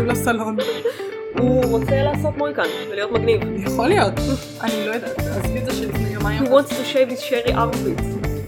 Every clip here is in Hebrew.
לסלון. הוא רוצה לעשות מויקן ולהיות מגניב. יכול להיות. אני לא יודעת. עזבי את זה שלפני יומיים. He wants to shave his sherry armpits.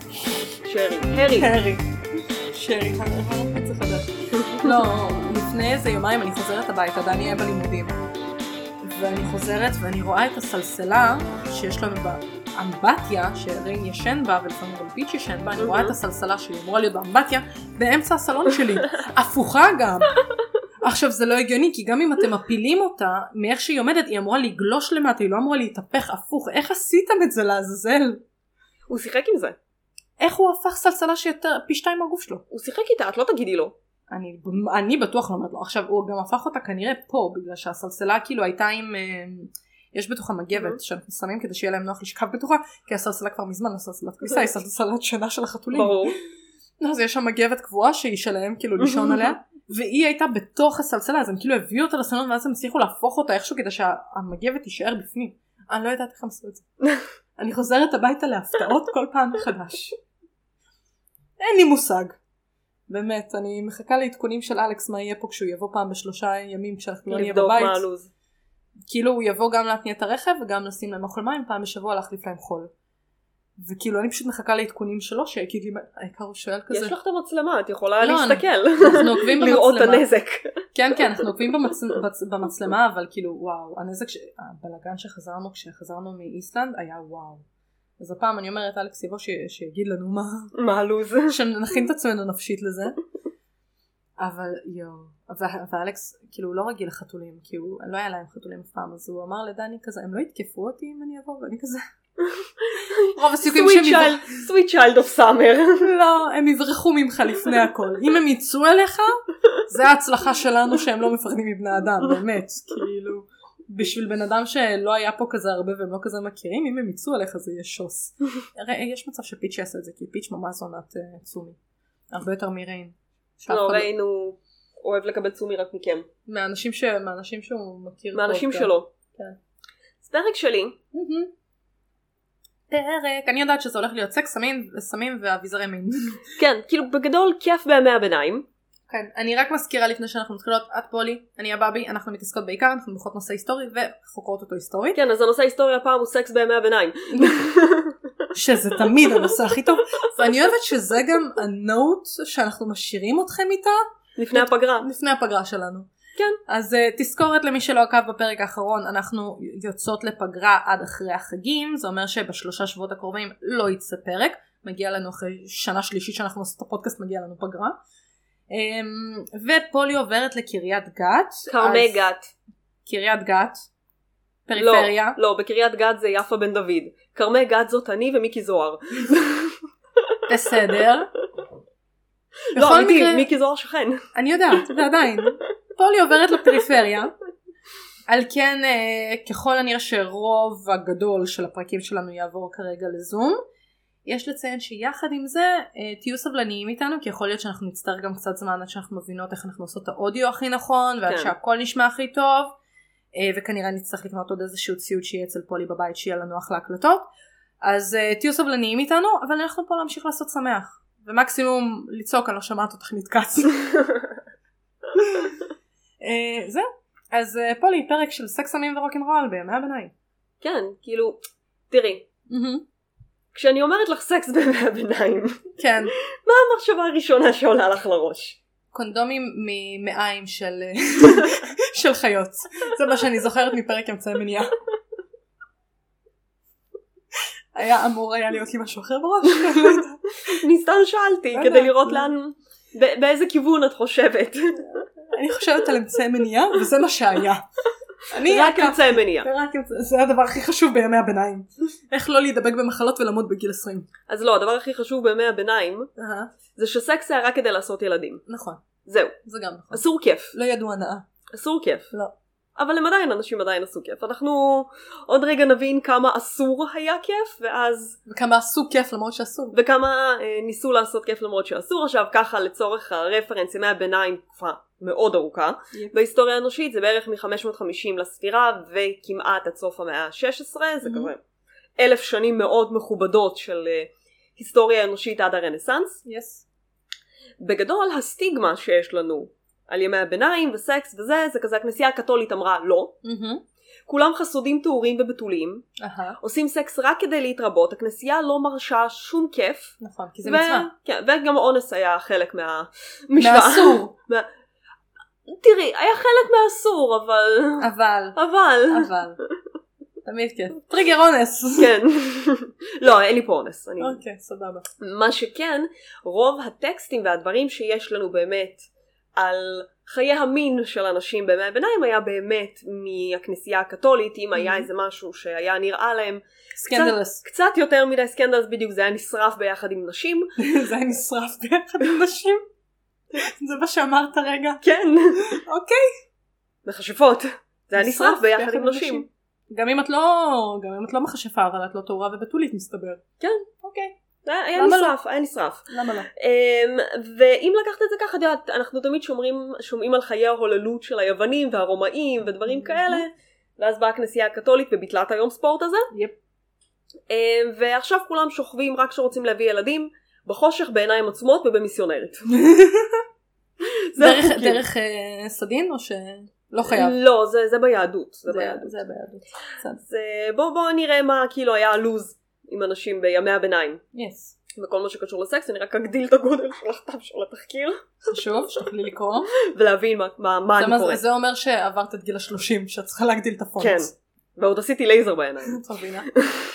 הרי. שרי, הרמפית זה חדש. לא, לפני איזה יומיים אני חוזרת הביתה, דני היה בלימודים. ואני חוזרת ואני רואה את הסלסלה שיש לנו באמבטיה, שריין ישן בה ולפעמים גם פיץ' ישן בה, אני רואה את הסלסלה שהיא אמורה להיות באמבטיה, באמצע הסלון שלי. הפוכה גם. עכשיו זה לא הגיוני, כי גם אם אתם מפילים אותה, מאיך שהיא עומדת, היא אמורה לגלוש למטה, היא לא אמורה להתהפך הפוך. איך עשיתם את זה לעזאזל? הוא שיחק עם זה. איך הוא הפך סלסלה שיותר פי 2 מהגוף שלו? הוא שיחק איתה, את לא תגידי לו. אני בטוח לא אומרת לו. עכשיו הוא גם הפך אותה כנראה פה, בגלל שהסלסלה כאילו הייתה עם, יש בתוכה מגבת שאנחנו שמים כדי שיהיה להם נוח לשכב בתוכה, כי הסלסלה כבר מזמן, הסלסלת כביסה היא סלסלת שינה של החתולים. ברור. אז יש שם מגבת קבועה שהיא שלהם כאילו לישון עליה, והיא הייתה בתוך הסלסלה, אז הם כאילו הביאו אותה לסלון ואז הם הצליחו להפוך אותה איכשהו כדי שהמגבת תישאר בפנים. אני לא יודעת איך הם עשו את זה. אני חוזרת הביתה להפתעות כל פעם מחדש. אין לי מושג. באמת, אני מחכה לעדכונים של אלכס מה יהיה פה כשהוא יבוא פעם ב3 ימים כשאנחנו לא נהיה בבית. לבדוק מה הלוז. כאילו הוא יבוא גם להתניע את הרכב וגם לשים להם אוכל מים פעם בשבוע להחליף להם חול. וכאילו אני פשוט מחכה לעדכונים שלו שיגיד לי, העיקר הוא שואל כזה. יש לך את המצלמה, את יכולה להסתכל. אנחנו עוקבים במצלמה. לראות את הנזק. כן, כן, אנחנו עוקבים במצלמה, אבל כאילו וואו, הנזק, הבלגן כשחזרנו מאיסלנד היה וואו. אז הפעם אני אומרת אלכס יבוא שיגיד לנו מה הלוז. שנכין את עצמנו נפשית לזה. אבל ואלכס כאילו הוא לא רגיל לחתולים, כי הוא לא היה להם חתולים אף פעם, אז הוא אמר לדני כזה, הם לא יתקפו אותי אם אני אבוא, ואני כזה רוב הסיכויים שהם sweet child of summer. לא, הם יברחו ממך לפני הכל. אם הם יצאו אליך, זה ההצלחה שלנו שהם לא מפחדים מבני אדם, באמת. כאילו, בשביל בן אדם שלא היה פה כזה הרבה והם לא כזה מכירים, אם הם יצאו אליך זה יהיה שוס. יש מצב שפיץ' יעשה את זה, כי פיץ' ממש זונת צומי. הרבה יותר מריין. לא, ריין הוא אוהב לקבל צומי רק מכם. מהאנשים שהוא מכיר. מהאנשים שלו. כן. אז פרק שלי. פרק, אני יודעת שזה הולך להיות סקס, סמים ואביזרי מין. כן, כאילו בגדול כיף בימי הביניים. כן, אני רק מזכירה לפני שאנחנו מתחילות, את פולי, אני הבאבי, אנחנו מתעסקות בעיקר, אנחנו בוחרות נושא היסטורי וחוקרות אותו היסטורי. כן, אז הנושא היסטורי הפעם הוא סקס בימי הביניים. שזה תמיד הנושא הכי טוב, ואני אוהבת שזה גם הנוט שאנחנו משאירים אתכם איתה. לפני הפגרה. לפני הפגרה שלנו. כן. אז תזכורת למי שלא עקב בפרק האחרון, אנחנו יוצאות לפגרה עד אחרי החגים, זה אומר שבשלושה שבועות הקרובים לא יצא פרק, מגיע לנו אחרי שנה שלישית שאנחנו עושים את הפודקאסט, מגיע לנו פגרה. ופולי עוברת לקריית גת. כרמי גת. קריית גת. פריפריה. לא, בקריית גת זה יפה בן דוד. כרמי גת זאת אני ומיקי זוהר. בסדר. לא, מיקי זוהר שכן. אני יודעת, ועדיין. פולי עוברת לפריפריה. על כן, ככל הנראה שרוב הגדול של הפרקים שלנו יעבור כרגע לזום. יש לציין שיחד עם זה תהיו סבלניים איתנו, כי יכול להיות שאנחנו נצטרך גם קצת זמן עד שאנחנו מבינות איך אנחנו עושות את האודיו הכי נכון, ועד שהכל נשמע הכי טוב, וכנראה נצטרך לקנות עוד איזשהו ציוד שיהיה אצל פולי בבית שיהיה לנו אחלה הקלטות. אז תהיו סבלניים איתנו, אבל אנחנו פה להמשיך לעשות שמח, ומקסימום לצעוק, אני לא שמעת אותך נתקץ. זהו, אז פולי, פרק של סקס סמים ורוקנרול בימי הביניים. כן, כאילו, תראי, כשאני אומרת לך סקס בימי הביניים, כן. מה המחשבה הראשונה שעולה לך לראש? קונדומים ממעיים של חיות. זה מה שאני זוכרת מפרק אמצעי מניעה. אמור היה להיות לי משהו אחר בראש. אני סתם שאלתי כדי לראות לאן, באיזה כיוון את חושבת. אני חושבת על אמצעי מניעה וזה מה שהיה. רק אמצעי מניעה. זה הדבר הכי חשוב בימי הביניים. איך לא להידבק במחלות ולמות בגיל 20. אז לא, הדבר הכי חשוב בימי הביניים זה שסקס היה רק כדי לעשות ילדים. נכון. זהו. זה גם נכון. אסור כיף. לא ידעו הנאה. אסור כיף. לא. אבל הם עדיין, אנשים עדיין עשו כיף. אנחנו עוד רגע נבין כמה אסור היה כיף, ואז... וכמה עשו כיף למרות שאסור. וכמה ניסו לעשות כיף למרות שאסור. עכשיו ככה לצורך הרפרנס, ימי הביניים תקופה מאוד ארוכה. בהיסטוריה האנושית זה בערך מ-550 לספירה, וכמעט עד סוף המאה ה-16. זה כזה 1000 שנים מאוד מכובדות של היסטוריה אנושית עד הרנסנס. Yes. בגדול הסטיגמה שיש לנו על ימי הביניים וסקס וזה, זה כזה הכנסייה הקתולית אמרה לא. כולם חסודים תאורים ובתולים, עושים סקס רק כדי להתרבות, הכנסייה לא מרשה שום כיף. נכון, כי זה מצווה. כן, וגם אונס היה חלק מהמשוואה. מהאסור. תראי, היה חלק מהאסור, אבל. תמיד כן. טריגר אונס. כן. לא, אין לי פה אונס. אוקיי, סבבה. מה שכן, רוב הטקסטים והדברים שיש לנו באמת על חיי המין של אנשים בימי הביניים היה באמת מהכנסייה הקתולית, אם היה איזה משהו שהיה נראה להם סקנדלס. קצת יותר מדי סקנדלס, בדיוק זה היה נשרף ביחד עם נשים. זה היה נשרף ביחד עם נשים? זה מה שאמרת רגע? כן. אוקיי. מכשפות. זה היה נשרף ביחד עם נשים. גם אם את לא מכשפה, אבל את לא תאורה ובתולית מסתבר. כן. אוקיי. היה נשרף. למה לא? ואם לקחת את זה ככה, אנחנו תמיד שומעים על חיי ההוללות של היוונים והרומאים ודברים כאלה, ואז באה הכנסייה הקתולית וביטלה את היום ספורט הזה. ועכשיו כולם שוכבים רק שרוצים להביא ילדים, בחושך, בעיניים עצומות ובמיסיונרית. דרך סדין או שלא חייב? לא, זה ביהדות. זה ביהדות. בואו נראה מה כאילו היה הלוז עם אנשים בימי הביניים. וכל מה שקשור לסקס, אני רק אגדיל את הגודל של הכתב של התחקיר. חשוב, שתוכלי לקרוא. ולהבין מה אני קוראת. זה אומר שעברת את גיל 30, שאת צריכה להגדיל את הפונט. כן, ועוד עשיתי לייזר בעיניים. תבינה.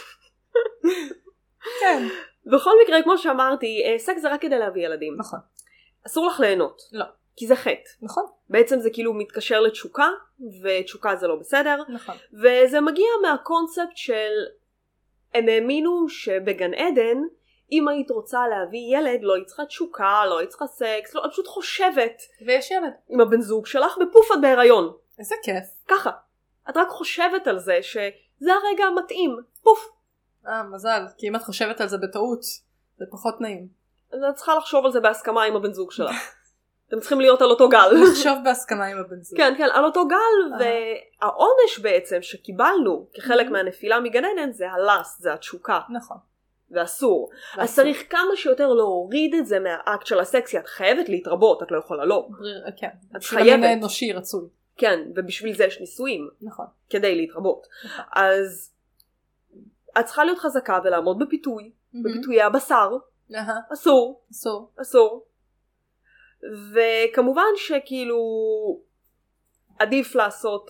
כן. בכל מקרה, כמו שאמרתי, סקס זה רק כדי להביא ילדים. נכון. אסור לך ליהנות. לא. כי זה חטא. נכון. בעצם זה כאילו מתקשר לתשוקה, ותשוקה זה לא בסדר. נכון. וזה מגיע מהקונספט של, הם האמינו שבגן עדן, אם היית רוצה להביא ילד, לא היית צריכה תשוקה, לא היית צריכה סקס, לא, את פשוט חושבת. ויש ילד. עם הבן זוג שלך בפוף את בהיריון. איזה כיף. ככה. את רק חושבת על זה שזה הרגע המתאים. פוף. מזל. כי אם את חושבת על זה בטעות, זה פחות נעים. אז את צריכה לחשוב על זה בהסכמה עם הבן זוג שלך. אתם צריכים להיות על אותו גל. לחשוב בהסכמה עם הבן זוג. כן, כן, על אותו גל. והעונש בעצם שקיבלנו כחלק מהנפילה מגן עדן זה הלאסט, זה התשוקה. נכון. ואסור. אז צריך כמה שיותר להוריד את זה מהאקט של הסקסי. את חייבת להתרבות, את לא יכולה לא. כן. את חייבת. אנושי רצוי. כן, ובשביל זה יש ניסויים. נכון. כדי להתרבות. אז את צריכה להיות חזקה ולעמוד בפיתוי. בפיתויי הבשר. אסור. אסור. וכמובן שכאילו עדיף לעשות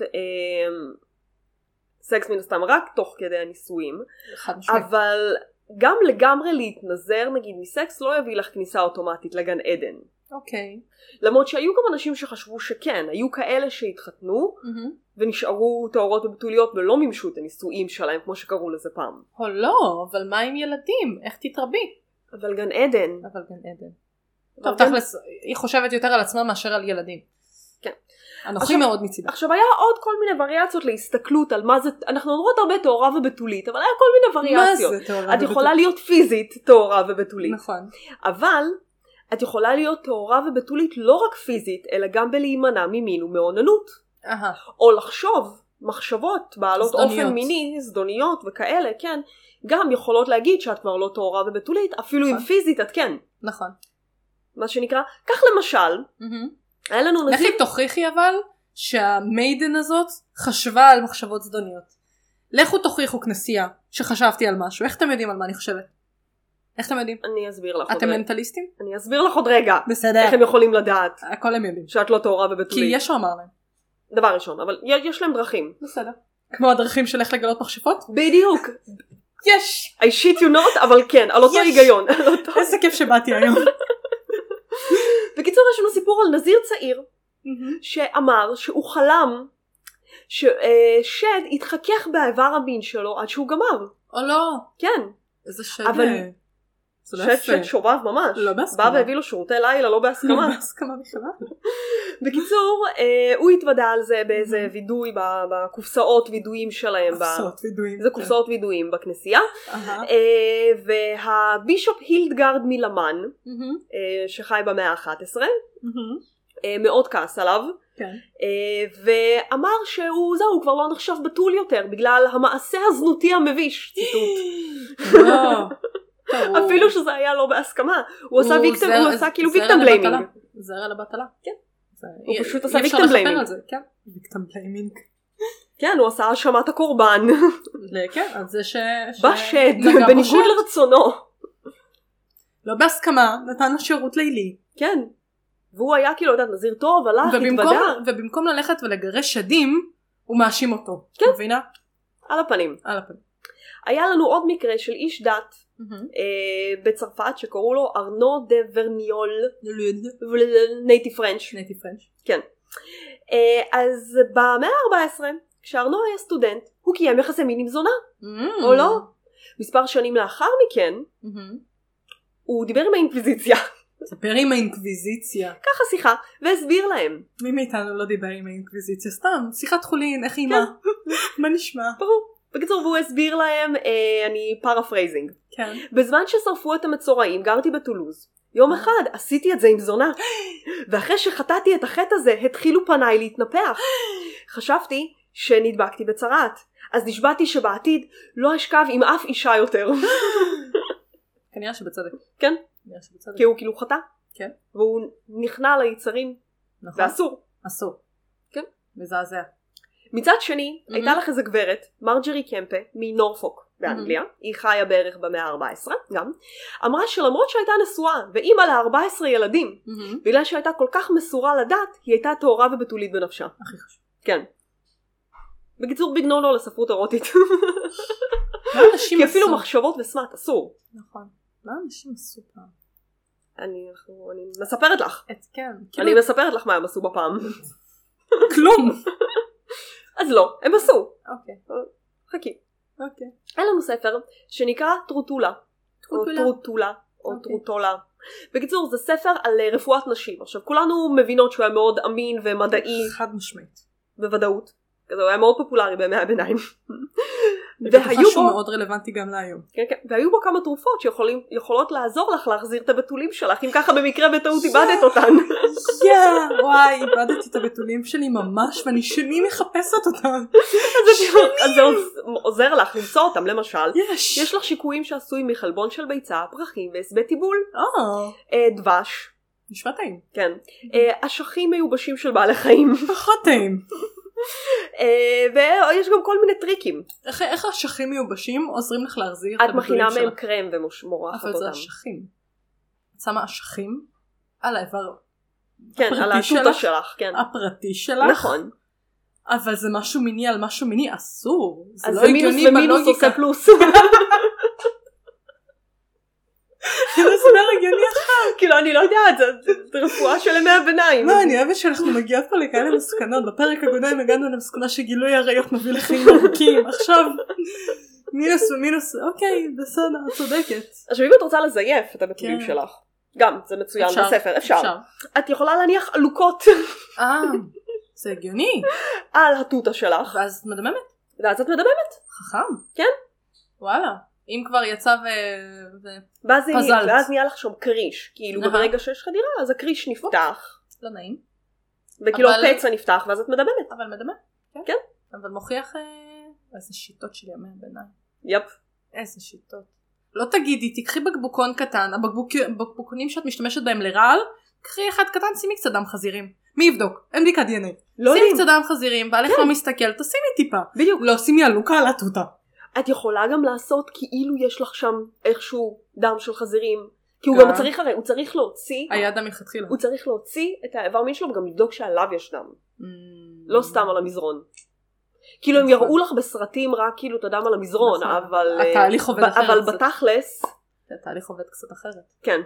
סקס מן הסתם רק תוך כדי הניסויים. אבל גם לגמרי להתנזר נגיד מסקס לא יביא לך כניסה אוטומטית לגן עדן. אוקיי. למרות שהיו גם אנשים שחשבו שכן, היו כאלה שהתחתנו ונשארו טהורות ובתוליות ולא מימשו את הנישואים שלהם כמו שקראו לזה פעם. או לא, אבל מה עם ילדים? איך תתרבי? אבל גן עדן. טוב, תכלס, היא חושבת יותר על עצמה מאשר על ילדים. כן. אנוכי מאוד מצידה. עכשיו היה עוד כל מיני וריאציות להסתכלות על מה זה, אנחנו אומרות הרבה תאורה ובתולית, אבל היה כל מיני וריאציות. מה זה תאורה ובתולית? את יכולה להיות פיזית תאורה ובתולית. נכון. אבל את יכולה להיות תאורה ובתולית לא רק פיזית, אלא גם בלהימנע ממין ומאוננות. או לחשוב, מחשבות בעלות אופן מיני, זדוניות וכאלה, כן, גם יכולות להגיד שאת כבר לא תאורה ובתולית, אפילו אם פיזית את כן. נכון. מה שנקרא, כך למשל, היה לנו נזיר... לכי תוכיחי אבל שהמיידן הזאת חשבה על מחשבות זדוניות. לכו תוכיחו כנסייה שחשבתי על משהו. איך אתם יודעים על מה אני חושבת? איך אתם יודעים? אני אסביר לך עוד רגע. אתם מנטליסטים? אני אסביר לך עוד רגע. בסדר. איך הם יכולים לדעת? הכל הם יודעים. שאת לא תאורה ובתולית. כי ישו אמר להם. דבר ראשון, אבל יש להם דרכים. בסדר. כמו הדרכים של איך לגלות מחשבות? בדיוק. יש. I shit you not, אבל כן, על אותו היגיון. איזה כיף שבאתי היום. בקיצור, יש לנו סיפור על נזיר צעיר, שאמר שהוא חלם ששד התחכך באיבר המין שלו עד שהוא גמר. או לא. כן. איזה שד. אבל שד שובב ממש. לא בהסכמה. בא והביא לו שירותי לילה, לא בהסכמה. לא בהסכמה בכלל. בקיצור, הוא התוודע על זה באיזה וידוי, בקופסאות וידויים שלהם. קופסאות וידויים. זה קופסאות וידויים בכנסייה. והבישופ הילדגרד מלמן, שחי במאה ה-11, מאוד כעס עליו. ואמר שהוא זהו, הוא כבר לא נחשב בתול יותר, בגלל המעשה הזנותי המביש, ציטוט. אפילו שזה היה לא בהסכמה. הוא עשה כאילו ויקטם בליימינג. זרע לבטלה. כן. הוא פשוט עשה ויקטים בליימינג. כן, ויקטים בליימינג. כן, הוא עשה האשמת הקורבן. כן, אז זה בשד, בניגוד לרצונו. לא בהסכמה, נתן לו שירות לילי. כן. והוא היה כאילו, נזיר טוב, הלך, התוודע. ובמקום ללכת ולגרש שדים, הוא מאשים אותו. כן. מבינה? על הפנים. על הפנים. היה לנו עוד מקרה של איש דת בצרפת שקראו לו ארנו דה ורניול. נייטיב פרנץ'. נייטיב פרנץ'. כן. אז במאה ה-14, כשארנו היה סטודנט, הוא קיים יחסי מין עם זונה. או לא? מספר שנים לאחר מכן, הוא דיבר עם האינקוויזיציה. ספר עם האינקוויזיציה. ככה שיחה, והסביר להם. מי מאיתנו לא דיבר עם האינקוויזיציה? סתם, שיחת חולין, איך אימא? מה נשמע? ברור. בקיצור, והוא הסביר להם, אני פרפרייזינג. כן. בזמן ששרפו את המצורעים, גרתי בטולוז. יום אחד עשיתי את זה עם זונה. ואחרי שחטאתי את החטא הזה, התחילו פניי להתנפח. חשבתי שנדבקתי בצרעת. אז נשבעתי שבעתיד לא אשכב עם אף אישה יותר. כנראה שבצדק. כן. כי הוא כאילו חטא. כן. והוא נכנע ליצרים. נכון. ואסור. אסור. כן. מזעזע. מצד שני, הייתה לך איזה גברת, מרג'רי קמפה, מנורפוק באנגליה, היא חיה בערך במאה ה-14 גם, אמרה שלמרות שהייתה נשואה ואימא ל-14 ילדים, בגלל שהייתה כל כך מסורה לדת, היא הייתה טהורה ובתולית בנפשה. הכי חשוב. כן. בקיצור, בגנונו לספרות אירוטית. אנשים כי אפילו מחשבות וסמאט אסור. נכון. מה אנשים עשו פעם? אני מספרת לך. כן. אני מספרת לך מה הם עשו בפעם. כלום. אז לא, הם עשו. אוקיי. חכי. אוקיי. היה לנו ספר שנקרא טרוטולה. או טרוטולה. או טרוטולה. בקיצור, זה ספר על רפואת נשים. עכשיו, כולנו מבינות שהוא היה מאוד אמין ומדעי. חד משמעית. בוודאות. הוא היה מאוד פופולרי בימי הביניים. והיו בו מאוד רלוונטי גם להיום. כן, כן. והיו בו כמה תרופות שיכולות לעזור לך להחזיר את הבתולים שלך, אם ככה במקרה בטעות איבדת אותן. וואי, איבדתי את הבתולים שלי ממש, ואני שנים מחפשת אותם. אז זה עוזר לך למצוא אותם, למשל. יש לך שיקויים שעשוי מחלבון של ביצה, פרחים ועשבי טיבול. דבש. נשמע טעים. כן. אשכים מיובשים של בעלי חיים. פחות טעים. ויש גם כל מיני טריקים. איך אשכים מיובשים עוזרים לך להחזיר את הבתולים שלך? את מכינה מהם קרם ומורחת אותם. אבל זה אשכים. את שמה אשכים על האיבר כן, על התותה שלך. הפרטי שלך. נכון. אבל זה משהו מיני על משהו מיני אסור. אז זה מינוס ומינוס עושה פלוס. זה מסודר הגיוני אחר. כאילו אני לא יודעת, זה רפואה של ימי הביניים. לא, אני אוהבת שאנחנו מגיעות פה לכאלה מסקנות. בפרק הקודם הגענו למסקנה שגילוי עריות מביא לחיים ארוכים. עכשיו מינוס ומינוס, אוקיי, בסדר, את צודקת. עכשיו אם את רוצה לזייף את הבתולים שלך, גם זה מצוין בספר, אפשר. את יכולה להניח עלוקות. זה הגיוני. על התותה שלך. ואז את מדממת. ואז את מדממת. חכם. כן. וואלה. אם כבר יצא פזלת. ואז נהיה לך שם קריש. כאילו ברגע שיש חדירה, אז הקריש נפתח. לא נעים. וכאילו הפצע נפתח, ואז את מדממת. אבל מדממת. כן. אבל מוכיח איזה שיטות של ימי הביניים. יפ. איזה שיטות. לא תגידי, תקחי בקבוקון קטן, הבקבוקונים שאת משתמשת בהם לרעל, קחי אחד קטן, שימי קצת דם חזירים. מי יבדוק? אין בדיקת DNA. שימי קצת דם חזירים, בעלך לא מסתכל, תשימי טיפה. בדיוק. לא, שימי עלוקה על התותה. את יכולה גם לעשות כאילו יש לך שם איכשהו דם של חזירים. כי הוא גם צריך, הרי הוא צריך להוציא. היה דם מלכתחילה. הוא צריך להוציא את האיבר מין שלו וגם לבדוק שעליו יש דם. לא סתם על המזרון. כאילו הם יראו לך בסרטים רק כאילו את הדם על המזרון, אבל התהליך עובד אחרת. אבל בתכלס התהליך עובד קצת אחרת. כן.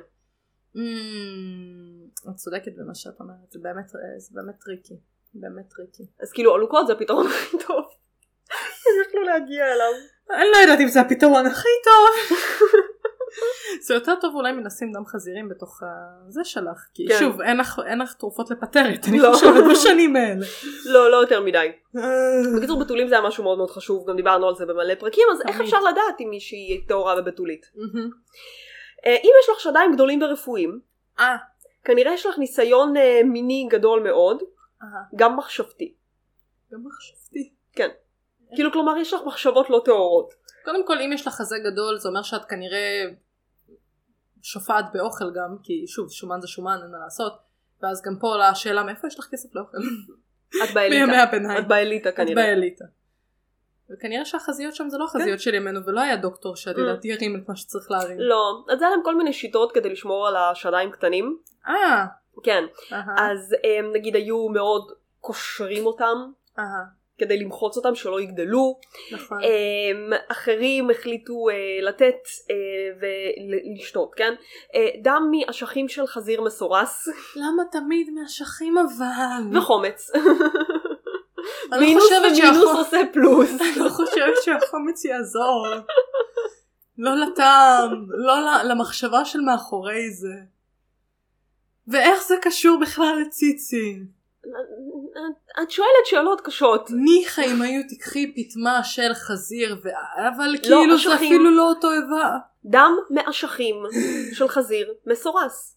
את צודקת במה שאת אומרת, זה באמת טריקי. באמת טריקי. אז כאילו עלוקות זה הפתרון הכי טוב. הם יכלו להגיע אליו. אני לא יודעת אם זה הפתרון הכי טוב. זה יותר טוב אולי מנסים דם חזירים בתוך זה שלך. כי שוב, אין לך תרופות לפטרת. אני חושבת בשנים האלה. לא יותר מדי. בקיצור, בתולים זה היה משהו מאוד מאוד חשוב. גם דיברנו על זה במלא פרקים. אז איך אפשר לדעת אם מישהי טהורה ובתולית? אם יש לך שדיים גדולים ורפואיים, כנראה יש לך ניסיון מיני גדול מאוד. גם מחשבתי. גם מחשבתי? כן. כאילו כלומר יש לך מחשבות לא טהורות. קודם כל אם יש לך חזה גדול זה אומר שאת כנראה שופעת באוכל גם, כי שוב שומן זה שומן אין מה לעשות, ואז גם פה לשאלה מאיפה יש לך כסף לאוכל. את באליטה. בימי הביניים. את באליטה כנראה. את באליטה. וכנראה שהחזיות שם זה לא החזיות של ימינו, ולא היה דוקטור שאת יודעת ירים את מה שצריך להרים. לא, אז זה היה להם כל מיני שיטות כדי לשמור על השדיים קטנים. כן. אז נגיד היו מאוד קושרים אותם, כדי למחוץ אותם שלא יגדלו. נכון. אחרים החליטו לתת ולשתות, כן? דם מאשכים של חזיר מסורס. למה תמיד מאשכים אבל? וחומץ. מינוס ומינוס עושה פלוס. אני לא חושבת שהחומץ יעזור. לא לטעם, לא למחשבה של מאחורי זה. ואיך זה קשור בכלל לציצי? את שואלת שאלות קשות. ניחא אם היו תקחי פתמה של חזיר, אבל כאילו זה אפילו לא אותו איבה. דם מאשכים של חזיר מסורס.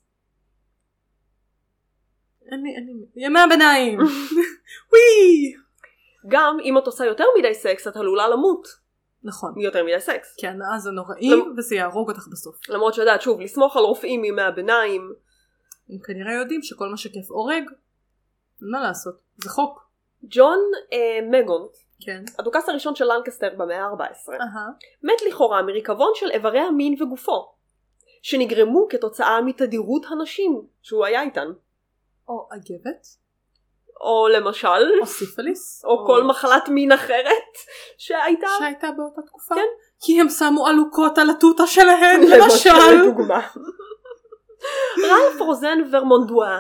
ימי הביניים. וואי. גם אם את עושה יותר מדי סקס את עלולה למות. נכון. יותר מדי סקס. כן, אז זה נוראי וזה יהרוג אותך בסוף. למרות שיודעת שוב לסמוך על רופאים מימי הביניים. הם כנראה יודעים שכל מה שכיף הורג. מה לעשות? זה חוק. ג'ון מגונט, כן. הדוכס הראשון של לנקסטר במאה ה-14, מת לכאורה מריקבון של איברי המין וגופו, שנגרמו כתוצאה מתדירות הנשים שהוא היה איתן. או אגבת. או למשל. או סיפליס. או כל מחלת מין אחרת שהייתה באותה תקופה. כן. כי הם שמו אלוקות על הטוטה שלהן, למשל. לדוגמה. רלף רוזן ורמונדואה.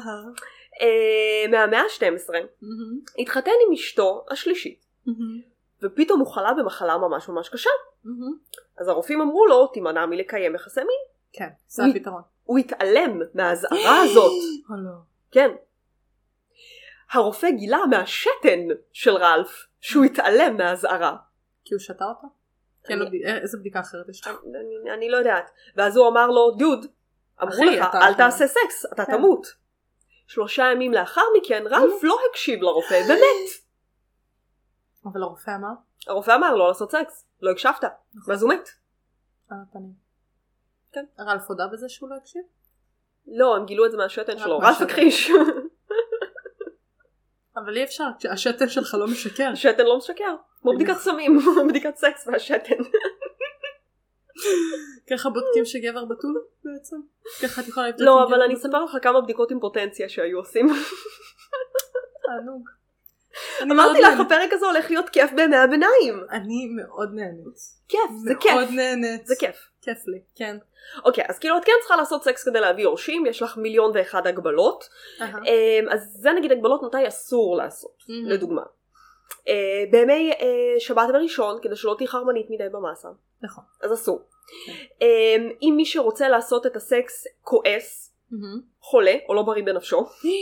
מהמאה ה-12 התחתן עם אשתו השלישית ופתאום הוא חלה במחלה ממש ממש קשה. אז הרופאים אמרו לו תימנע מלקיים יחסי מין. כן, זה הפתרון. הוא התעלם מהזערה הזאת. כן. הרופא גילה מהשתן של רלף שהוא התעלם מהזערה. כי הוא שתה אותה? איזה בדיקה אחרת יש? אני לא יודעת. ואז הוא אמר לו דוד אמרו לך אל תעשה סקס אתה תמות. 3 ימים לאחר מכן רלף לא הקשיב לרופא ומת. אבל הרופא אמר? הרופא אמר לא לעשות סקס, לא הקשבת, ואז הוא מת. על הפנים. כן. רלף הודה בזה שהוא לא הקשיב? לא, הם גילו את זה מהשתן שלו, רלף הכחיש. אבל אי אפשר, השתן שלך לא משקר. השתן לא משקר, כמו בדיקת סמים, בדיקת סקס והשתן. ככה בודקים שגבר בתול בעצם? ככה את יכולה לבדוק? לא, אבל אני אספר לך כמה בדיקות עם פוטנציה שהיו עושים. תענוג. אמרתי לך, הפרק הזה הולך להיות כיף בימי הביניים. אני מאוד נהנית. כיף, זה כיף. מאוד נהנית. זה כיף. כיף לי, כן. אוקיי, אז כאילו את כן צריכה לעשות סקס כדי להביא יורשים, יש לך 1,000,001 הגבלות. אז זה נגיד הגבלות מתי אסור לעשות, לדוגמה. בימי שבת וראשון, כדי שלא תהיה חרמנית מדי במסה. נכון. אז אסור. אם מי שרוצה לעשות את הסקס כועס, חולה או לא בריא בנפשו,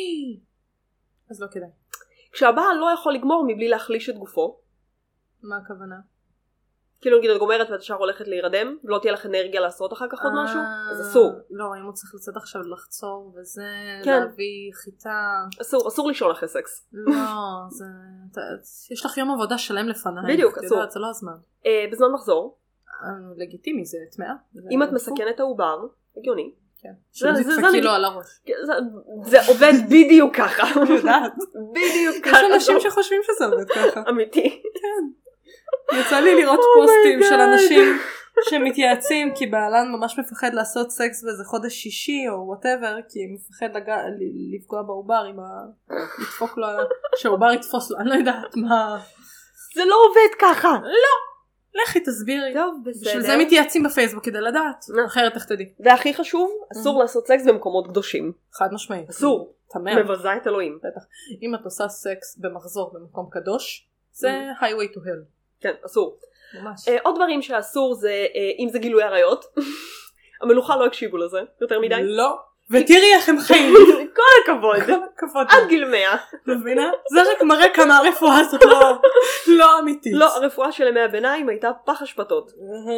אז לא כדאי. כשהבעל לא יכול לגמור מבלי להחליש את גופו. מה הכוונה? כאילו נגיד את גומרת ואת ישר הולכת להירדם, ולא תהיה לך אנרגיה לעשות אחר כך עוד משהו, אז אסור. לא, אם הוא צריך לצאת עכשיו לחצור וזה, להביא חיטה. אסור לישון אחרי סקס. לא, זה... יש לך יום עבודה שלם לפניי. בדיוק, אסור. זה לא הזמן. בזמן מחזור. לגיטימי, זה טמאה. אם את מסכנת העובר, הגיוני. שלא תדפקי לו על הראש. זה עובד בדיוק ככה. בדיוק ככה. יש אנשים שחושבים שזה עובד ככה. אמיתי. כן. יצא לי לראות פוסטים של אנשים שמתייעצים כי בעלן ממש מפחד לעשות סקס באיזה חודש שישי או whatever, כי מפחד לפגוע בעובר עם לדפוק לו, שהעובר יתפוס לו, אני לא יודעת מה. זה לא עובד ככה. לא. לכי תסבירי. טוב, בסדר. בשביל זה מתייעצים בפייסבוק כדי לדעת. אחרת תחתדי. והכי חשוב, אסור לעשות סקס במקומות קדושים. חד משמעית. אסור. מבזה את אלוהים. בטח. אם את עושה סקס במחזור במקום קדוש, זה highway to hell. כן, אסור. ממש. עוד דברים שאסור זה, אם זה גילוי עריות. המלוכה לא הקשיבו לזה, יותר מדי. לא. ותראי איך הם חיים. כל הכבוד. כל הכבוד. עד גיל 100. מבינה? זה רק מראה כמה הרפואה הזאת לא אמיתית. לא, הרפואה של ימי הביניים הייתה פח אשפתות.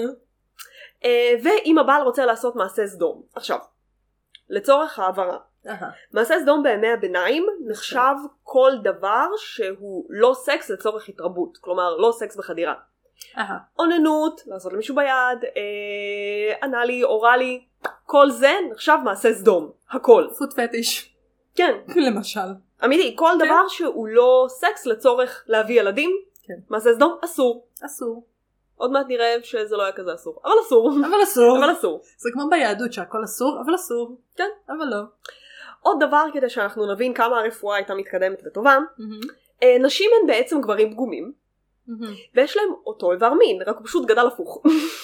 ואם הבעל רוצה לעשות מעשה סדום. עכשיו, לצורך העברה. מעשה סדום בימי הביניים נחשב כל דבר שהוא לא סקס לצורך התרבות. כלומר, לא סקס בחדירה. אוננות, לעשות למישהו ביד, אנלי, אורלי, כל זה נחשב מעשה סדום. הכל. פוט פטיש. כן. למשל. אמיתי, כל דבר שהוא לא סקס לצורך להביא ילדים, מעשה סדום, אסור. אסור. עוד מעט נראה שזה לא היה כזה אסור. אבל אסור. אבל אסור. אבל אסור. זה כמו ביהדות שהכל אסור, אבל אסור. כן. אבל לא. עוד דבר כדי שאנחנו נבין כמה הרפואה הייתה מתקדמת וטובה, נשים הן בעצם גברים פגומים, ויש להם אותו איבר מין, רק הוא פשוט גדל הפוך.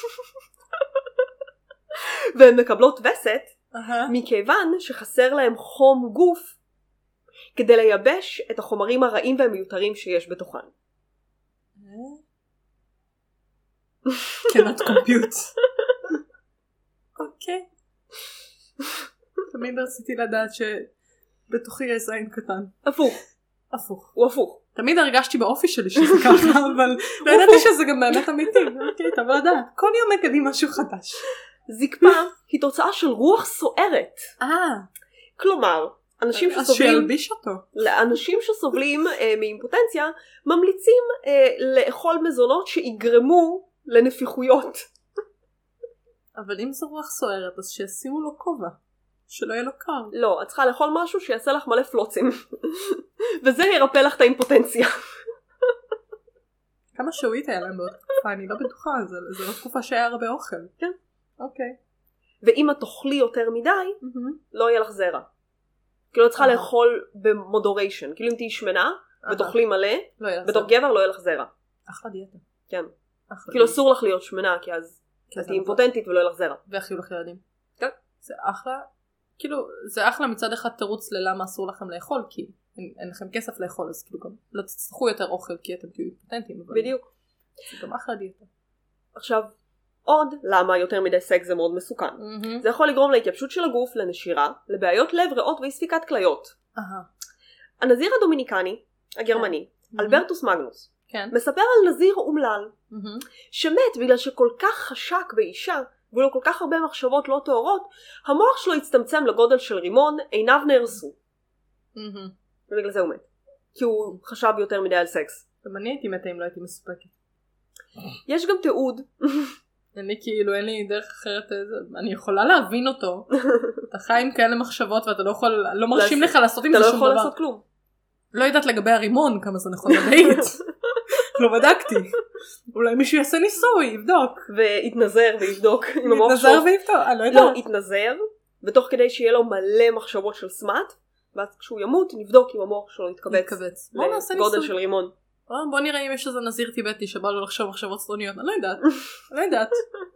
והן מקבלות וסת, מכיוון שחסר להם חום גוף, כדי לייבש את החומרים הרעים והמיותרים שיש בתוכן. cannot compute. אוקיי. תמיד רציתי לדעת שבתוכי יש זין קטן. הפוך. הפוך. הוא הפוך. תמיד הרגשתי באופי שלי שזה ככה, אבל לא ידעתי שזה גם באמת אמיתי. אוקיי, אבל לדעת. כל יום מקדים משהו חדש. זקפה היא תוצאה של רוח סוערת. כלומר, אנשים שסובלים מאימפוטנציה ממליצים לאכול מזונות שיגרמו לנפיחויות. אבל אם זו רוח סוערת אז שישימו לו כובע, שלא יהיה לו קר. לא, את צריכה לאכול משהו שיעשה לך מלא פלוצים, וזה ירפא לך את האימפוטנציה. כמה שואית היה להם בעוד תקופה, אני לא בטוחה, זה לא תקופה שהיה הרבה אוכל. כן. אוקיי. ואם את תאכלי יותר מדי, לא יהיה לך זרע. כאילו את צריכה לאכול במודוריישן, כאילו אם תהי שמנה ותאכלי מלא, בתור גבר לא יהיה לך זרע. אחלה דיאטה. כן. כאילו אסור לך להיות שמנה, כי אז את תהי אימפוטנטית ולא יהיה לך זרע. ואיך יהיו לך ילדים. כן. זה אחלה, כאילו זה אחלה מצד אחד תירוץ ללמה אסור לכם לאכול, כי אין לכם כסף לאכול, אז כאילו גם לא תצטרכו יותר אוכל כי אתם תהיו אימפוטנטים. בדיוק. זה גם אחלה דיאטה. עכשיו, עוד למה יותר מדי סקס זה מאוד מסוכן. זה יכול לגרום להתייבשות של הגוף, לנשירה, לבעיות לב, ריאות ואי ספיקת כליות. הנזיר הדומיניקני, הגרמני, אלברטוס מגנוס, מספר על נזיר אומלל, שמת בגלל שכל כך חשק באישה, ולא כל כך הרבה מחשבות לא טהורות, המוח שלו הצטמצם לגודל של רימון, עיניו נהרסו. ובגלל זה הוא מת. כי הוא חשב יותר מדי על סקס. גם אני הייתי מתה אם לא הייתי מסופקת. יש גם תיעוד. אני כאילו אין לי דרך אחרת, אני יכולה להבין אותו. אתה חי עם כאלה מחשבות ואתה לא יכול, לא מרשים לך לעשות עם זה שום דבר. אתה לא יכול לעשות כלום. לא יודעת לגבי הרימון כמה זה נכון לדעית. לא בדקתי. אולי מישהו יעשה ניסוי, יבדוק. ויתנזר ויבדוק. יתנזר ויבדוק, אני לא יודעת. לא, יתנזר, ותוך כדי שיהיה לו מלא מחשבות של סמאט, ואז כשהוא ימות נבדוק אם המוח שלו יתכווץ. לגודל של רימון. בוא נראה אם יש איזה נזיר טיבטי שבא לו לחשוב מחשבות סטרוניות. אני לא יודעת.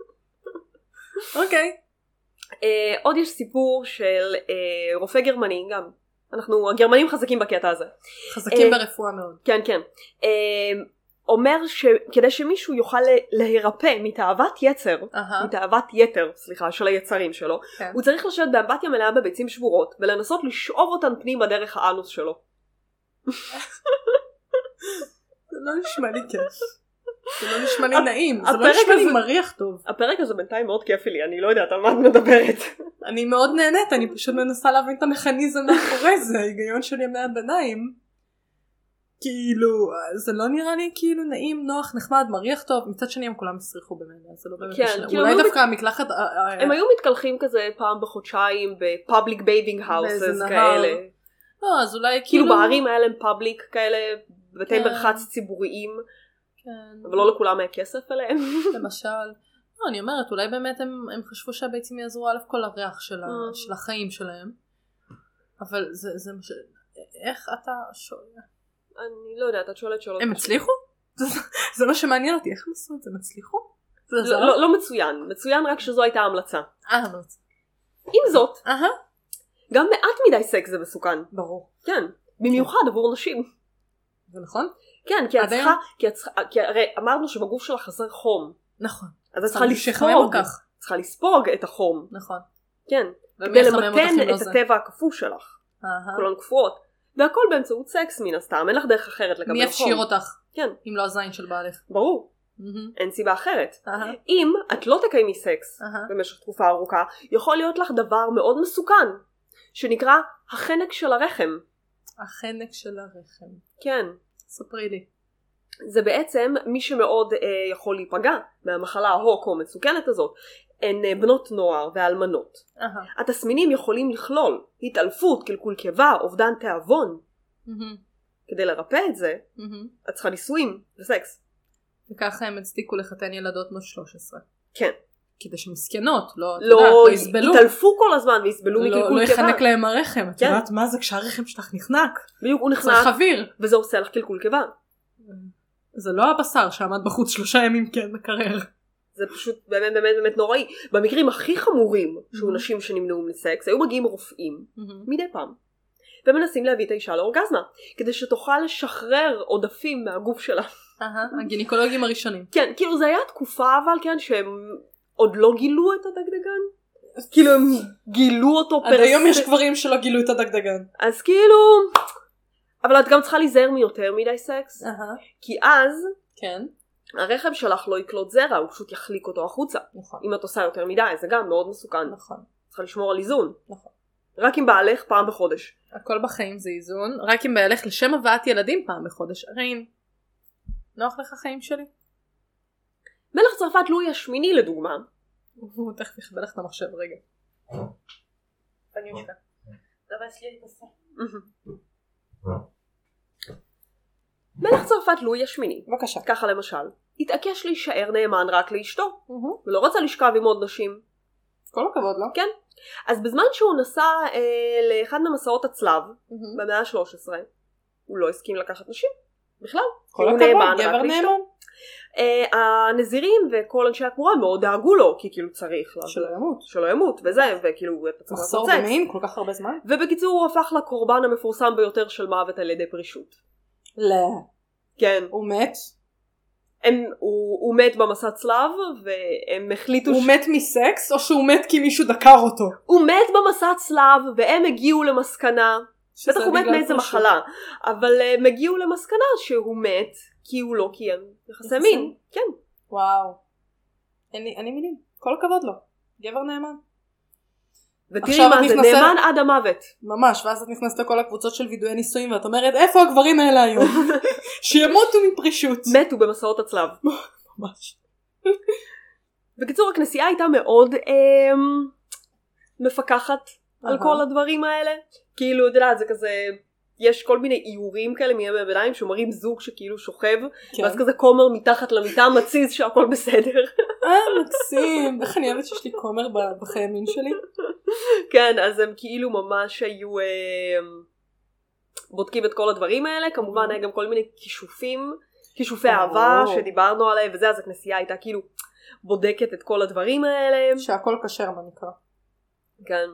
אוקיי. עוד יש סיפור של רופא גרמני גם. הגרמנים חזקים בקטע הזה. חזקים ברפואה מאוד. כן, כן. אומר שכדי שמישהו יוכל להירפא מתאוות יתר, של היצרים שלו, הוא צריך לשבת באמבטיה מלאה בביצים שבורות, ולנסות לשאוב אותן פנימה דרך האנוס שלו. זה לא נשמע לי כיף. זה לא נשמע לי נעים. זה לא נשמע לי מריח טוב. הפרק הזה בינתיים מאוד כיפי לי, אני לא יודעת על מה את מדברת. אני מאוד נהנית, אני פשוט מנסה להבין את המכניזם מאחורי זה, ההיגיון של ימי הביניים. כאילו, זה לא נראה לי כאילו נעים, נוח, נחמד, מריח טוב, מצד שני הם כולם הסריחו במילא, זה לא באמת משנה. אולי דווקא המקלחת... הם היו מתקלחים כזה פעם בחודשיים בפאבליק בייבינג האוסס כאלה. לא, אז אולי כאילו בערים היה להם פאבליק כאלה, בתי מרחץ ציבוריים, אבל לא לכולם היה כסף אליהם. למשל, לא, אני אומרת, אולי באמת הם חשבו שהביצים יעזרו אלף כל הריח של החיים שלהם, אבל זה מה ש... איך אתה שואל? אני לא יודעת, את שואלת שאלות. הם הצליחו? זה מה שמעניין אותי, איך הם עשו את זה? הם הצליחו? לא מצוין, מצוין רק שזו הייתה המלצה. המלצה. עם זאת, גם מעט מדי סקס זה מסוכן. ברור. כן, במיוחד עבור נשים. זה נכון? כן, כי הרי אמרנו שבגוף שלך חסר חום. נכון. אז את צריכה לספוג את החום. נכון. כן, כדי למתן את הטבע הקפוא שלך. כולן קפואות. והכל באמצעות סקס מן הסתם, אין לך דרך אחרת לקבל חום. מי יפשיר אותך? כן. אם לא הזין של בעלך. ברור. אין סיבה אחרת. אם את לא תקיימי סקס במשך תקופה ארוכה, יכול להיות לך דבר מאוד מסוכן, שנקרא החנק של הרחם. החנק של הרחם. כן. ספרי לי. זה בעצם מי שמאוד יכול להיפגע מהמחלה ההוק או מסוכנת הזאת. הן בנות נוער ואלמנות. התסמינים יכולים לכלול התעלפות, קלקול קיבה, אובדן תיאבון. כדי לרפא את זה, את צריכה נישואים וסקס. וככה הם הצדיקו לחתן ילדות בנות 13. כן. כדי שמסכנות, לא יסבלו. יתעלפו כל הזמן ויסבלו מקלקול קיבה. לא יחנק להם הרחם. את יודעת מה זה כשהרחם שלך נחנק? בדיוק, הוא נחנק. צריך אוויר. וזה עושה לך קלקול קיבה. זה לא הבשר שעמד בחוץ 3 ימים כן מקרר. זה פשוט באמת באמת באמת נוראי. במקרים הכי חמורים שהוא נשים שנמנעו מסקס, היו מגיעים רופאים מדי פעם. ומנסים להביא את האישה לאורגזמה, כדי שתוכל לשחרר עודפים מהגוף שלה. הגינקולוגים הראשונים. כן, כאילו זה היה תקופה אבל כן שהם עוד לא גילו את הדגדגן. כאילו הם גילו אותו עד היום יש גברים שלא גילו את הדגדגן. אז כאילו, אבל את גם צריכה להיזהר מיותר מדי סקס. כי אז, כן. הרחם שלך לא יקלוט זרע, הוא פשוט יחליק אותו החוצה. נכון. אם את עושה יותר מדי, זה גם מאוד מסוכן. נכון. צריכה לשמור על איזון. נכון. רק עם בעלך פעם בחודש. הכל בחיים זה איזון. רק עם בעלך לשם הבאת ילדים פעם בחודש. רין, נוח לך חיים שלי? מלך צרפת לואי השמיני לדוגמה. הוא תכף יכבה לך את המחשב רגע. אני אשכה. דבר שלי להתעשה. מלך צרפת לואי השמיני. בבקשה. ככה למשל. התעקש להישאר נאמן רק לאשתו. ולא רצה לשכב עם עוד נשים. כל הכבוד לו. כן. אז בזמן שהוא נסע לאחד ממסעות הצלב, במאה ה-13, הוא לא הסכים לקחת נשים. בכלל. כל הכבוד, גבר נאמן. הנזירים וכל אנשי הקבורה מאוד דאגו לו, כי כאילו צריך שלא ימות, וזה, וכאילו מחסור במין כל כך הרבה זמן. ובקיצור הוא הפך לקורבן המפורסם ביותר של מוות על ידי פרישות. לא. כן. הוא מת? הוא מת במסע צלב, והם החליטו הוא מת מסקס, או שהוא מת כי מישהו דקר אותו? הוא מת במסע צלב, והם הגיעו למסקנה, בטח הוא מת מאיזה מחלה, אבל הם הגיעו למסקנה שהוא מת, כי הוא לא קיים יחסי מין. כן. וואו. אני מילים. כל הכבוד לו. גבר נאמן. ותראי מה זה, נאמן עד המוות. ממש, ואז את נכנסת לכל הקבוצות של וידואי נישואים, ואת אומרת, איפה הגברים האלה היום? שימותו מפרישות. מתו במסעות הצלב. ממש. בקיצור, הכנסייה הייתה מאוד מפקחת על כל הדברים האלה. כאילו, אתה יודע, זה כזה, יש כל מיני איורים כאלה מימי הביניים שמראים זוג שכאילו שוכב, ואז כזה כומר מתחת למיטה מציז שהכל בסדר. מקסים, איך אני אוהבת שיש לי כומר בחיי מין שלי. כן, אז הם כאילו ממש היו בודקים את כל הדברים האלה, כמובן היה גם כל מיני כישופי אהבה שדיברנו עליהם וזה, אז הכנסייה הייתה כאילו בודקת את כל הדברים האלה. שהכל כשר מה נקרא. כן.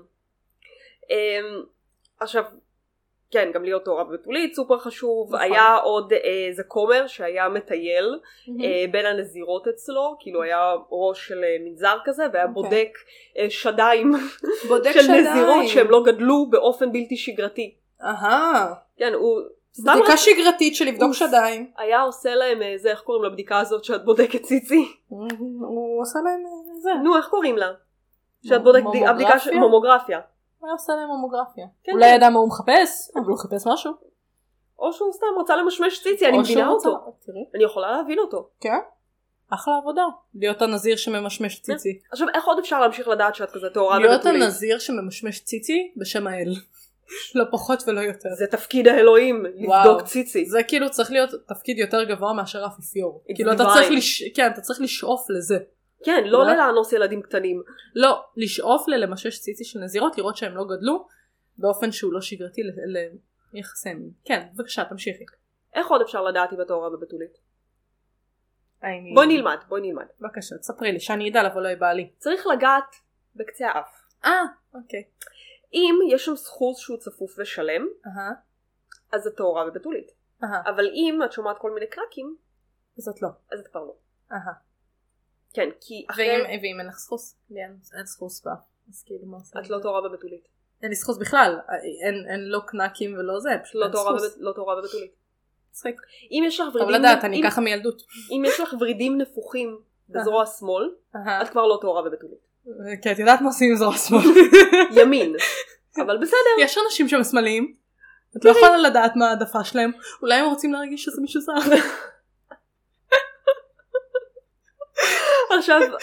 עכשיו, כן, גם להיות תורה בתולית סופר חשוב. היה עוד איזה כומר שהיה מטייל בין הנזירות אצלו, כאילו היה ראש של מנזר כזה, והיה בודק שדיים של נזירות שהם לא גדלו באופן בלתי שגרתי. כן, הוא... בדיקה שגרתית של לבדוק שדיים. היה עושה להם זה, איך קוראים לבדיקה הזאת שאת בודקת ציצי? הוא עושה להם זה. נו, איך קוראים לה? שאת בודקת הבדיקה של מומוגרפיה. הוא היה עושה להם ממוגרפיה. אולי ידע מה הוא מחפש, אבל הוא חיפש משהו. או שהוא סתם רצה למשמש ציצי, אני מבינה אותו. אני יכולה להבין אותו. כן? אחלה עבודה. להיות הנזיר שממשמש ציצי. עכשיו, איך עוד אפשר להמשיך לדעת שאת כזה תורה ובתולית? להיות הנזיר שממשמש ציצי בשם האל. לא פחות ולא יותר. זה תפקיד האלוהים, לבדוק ציצי. זה כאילו צריך להיות תפקיד יותר גבוה מאשר אפיפיור. כאילו אתה צריך לשאוף לזה. כן, לא לאנוס ילדים קטנים. לא, לשאוף למשש ציצי של נזירות, לראות שהם לא גדלו, באופן שהוא לא שגרתי ליחסי מין. כן, בבקשה, תמשיכי. איך עוד אפשר לדעת אם התורה ובתולית? בואי נלמד. בבקשה, תספרי לי, שאני ידע לבוא לא יבא לי. צריך לגעת בקצה האף. אוקיי. אם יש שם סחוס שהוא צפוף ושלם, אז זה תורה ובתולית. אבל אם את שומעת כל מיני קרקים, אז את לא. אז את כבר לא. כן, כי ואם אין לך סחוס? אין סחוס בה. אז כאילו מה עושה? את לא תורה ובתולית. אין לי סחוס בכלל. אין לא קנקים ולא זה. לא תורה ובתולית. צחיק. אם יש לך ורידים... אבל לדעת, אני ככה מילדות. אם יש לך ורידים נפוחים בזרוע שמאל, את כבר לא תורה ובתולית. כן, את יודעת מה עושים עם זרוע שמאל? ימין. אבל בסדר. יש אנשים שמסמלים. את לא יכולה לדעת מה העדפה שלהם. אולי הם רוצים להרגיש שזה מישהו זר. עכשיו,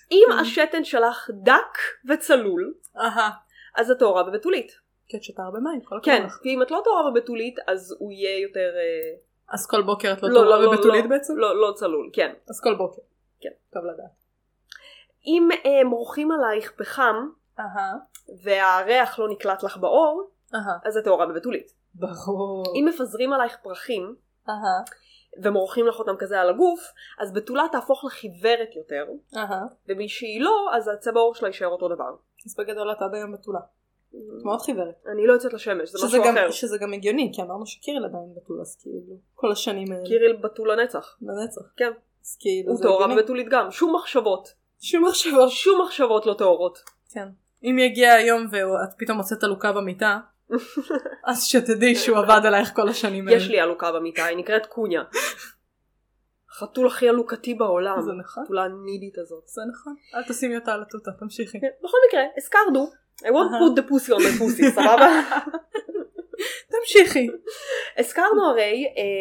אם השתן שלך דק וצלול, אז את טהורה בבתולית. כן, שתה הרבה מים, כל כן, ואם את לא טהורה בבתולית, אז הוא יהיה יותר... אז כל בוקר את לא טהורה בבתולית בעצם? לא צלול, כן. אז כל בוקר. כן. טוב לדעת. אם מורחים עלייך פחם, והריח לא נקלט לך באור, אז את טהורה בבתולית. ברור. אם מפזרים עלייך פרחים, ומורחים לך אותם כזה על הגוף, אז בתולה תהפוך לחיוורת יותר, ומי שהיא לא, אז הצבע העור שלה יישאר אותו דבר. אז בגדול את עד היום בתולה. מאוד חיוורת. אני לא יוצאת לשמש, זה משהו אחר. שזה גם הגיוני, כי אמרנו שקיריל עדיין בתולה, אז כאילו, כל השנים האלה. קיריל בתולה נצח. לנצח. כן. אז כאילו, הוא טהורה בבתולית גם, שום מחשבות. שום מחשבות לא טהורות. כן. אם יגיע היום ואת פתאום מוצאת עלוקה במיטה, אז שתדעי שהוא עבד עלייך כל השנים האלה. יש לי עלוקה במיטה, היא נקראת קוניה. חתול הכי עלוקתי בעולם. זה נכון. חתולה הנידית הזאת. זה נכון. אל תשימי אותה על התותה, תמשיכי. בכל מקרה, הזכרנו. I won't put the pussy on the pussy, סבבה? תמשיכי. הזכרנו הרי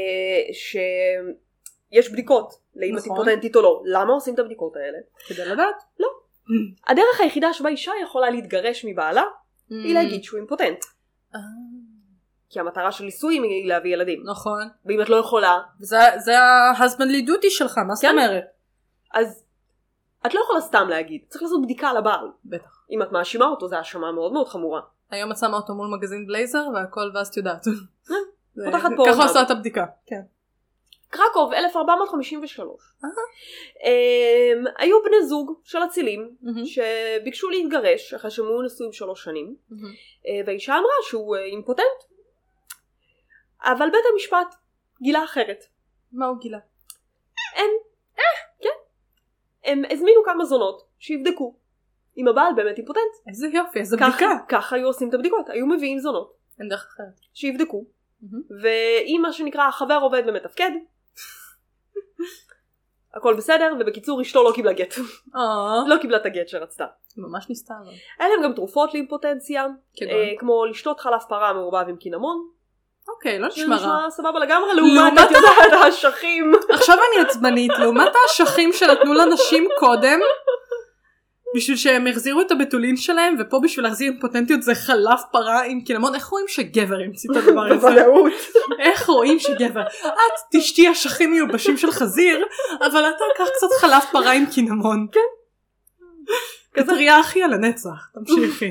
שיש בדיקות לאם את אימפוטנטית או לא. למה עושים את הבדיקות האלה? כדי לדעת? לא. הדרך היחידה שבה אישה יכולה להתגרש מבעלה היא להגיד שהוא אימפוטנט. כי המטרה של נישואים היא להביא ילדים. נכון. ואם את לא יכולה... זה ה-husbandly duty שלך, מה זאת אומרת? אז את לא יכולה סתם להגיד. צריך לעשות בדיקה על הבעל. בטח. אם את מאשימה אותו, זה האשמה מאוד מאוד חמורה. היום את שמה אותו מול מגזין בלייזר והכל ואז את יודעת. ככה עושה את הבדיקה. כן. קרקוב 1453. היו בני זוג של אצילים שביקשו להתגרש אחרי שהם היו נשואים 3 שנים, והאישה אמרה שהוא אימפוטנט, אבל בית המשפט גילה אחרת. מה הוא גילה? כן. הם הזמינו כמה זונות שיבדקו אם הבעל באמת אימפוטנט. איזה יופי, איזה בדיקה. ככה היו עושים את הבדיקות, היו מביאים זונות. אין דרך אחרת. שיבדקו. ואם מה שנקרא החבר עובד ומתפקד, הכל בסדר, ובקיצור אשתו לא קיבלה גט. לא קיבלה את הגט שרצתה. ממש ניסתה. היה להם גם תרופות לאימפוטנציה, כמו לשתות חלב פרה מעורבב עם קינמון. אוקיי, לא נשמע רע. נשמע סבבה לגמרי, לעומת את יודעת האשכים. עכשיו אני עצבנית, לעומת האשכים שנתנו לנשים קודם, בשביל שהם החזירו את הבתולין שלהם, ופה בשביל להחזיר אימפוטנטיות זה חלב פרה עם קינמון. איך רואים שגבר המציא את הדבר הזה? איך רואים שגבר? את תשתי אשכים מיובשים של חזיר, אבל אתה קח קצת חלב פרה עם קינמון. כן. כתריה אחי על הנצח. תמשיכי.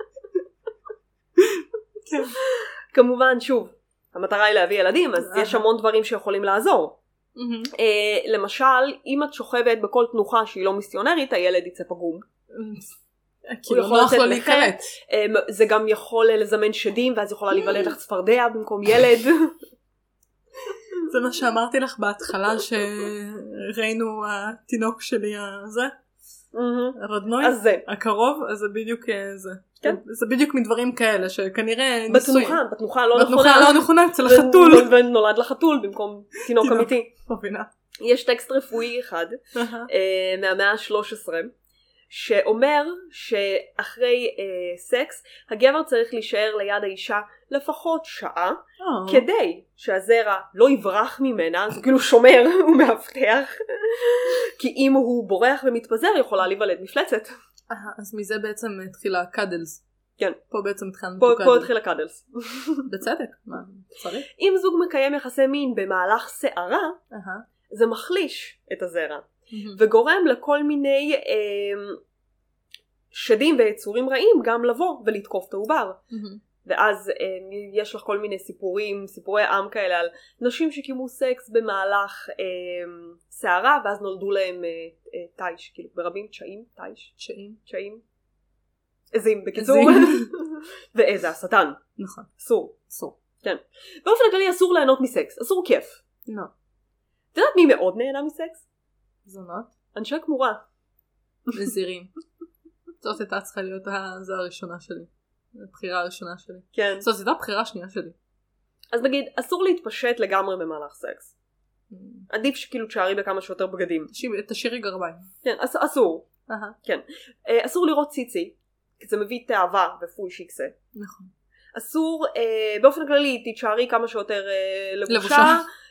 כן. כמובן, שוב, המטרה היא להביא ילדים, אז יש המון דברים שיכולים לעזור. למשל, אם את שוכבת בכל תנוחה שהיא לא מיסיונרית, הילד יצא פגום. כאילו נוח לו להיקלט. זה גם יכול לזמן שדים, ואז יכולה להיוולד לך צפרדע במקום ילד. זה מה שאמרתי לך בהתחלה, שראינו התינוק שלי הזה, הרדנוי, הקרוב, אז זה בדיוק זה. זה בדיוק מדברים כאלה שכנראה בתנוחה לא נכונה אצל החתול, ונולד לחתול במקום תינוק אמיתי. יש טקסט רפואי אחד מהמאה ה-13 שאומר שאחרי סקס הגבר צריך להישאר ליד האישה לפחות שעה כדי שהזרע לא יברח ממנה, זה כאילו שומר, הוא מאבטח, כי אם הוא בורח ומתפזר יכולה להיוולד מפלצת. אז מזה בעצם התחילה קאדלס. כן. פה בעצם התחלנו קאדלס. פה התחילה קאדלס. בצדק, מה צריך? אם זוג מקיים יחסי מין במהלך שערה, זה מחליש את הזרע, וגורם לכל מיני שדים ויצורים רעים גם לבוא ולתקוף את העובר. ואז יש לך כל מיני סיפורי עם כאלה על נשים שקיימו סקס במהלך שערה, ואז נולדו להם תיש, כאילו ברבים תשעים, עזים בקיצור, ואיזה השטן. נכון. אסור. כן. באופן כללי אסור ליהנות מסקס, אסור כיף. לא. את יודעת מי מאוד נהנה מסקס? זונות. אנשי כמורה. נזירים. זאת הייתה צריכה להיות זה הראשונה שלי. הבחירה הראשונה שלי. כן. זאת הייתה הבחירה השנייה שלי. אז נגיד, אסור להתפשט לגמרי במהלך סקס. עדיף שכאילו תשארי בכמה שיותר בגדים. תשאירי גרביים. כן, אסור. כן. אסור לראות ציצי, כי זה מביא תאווה ופוי שיקסה. נכון. אסור, באופן כללי, תשארי כמה שיותר לבושה.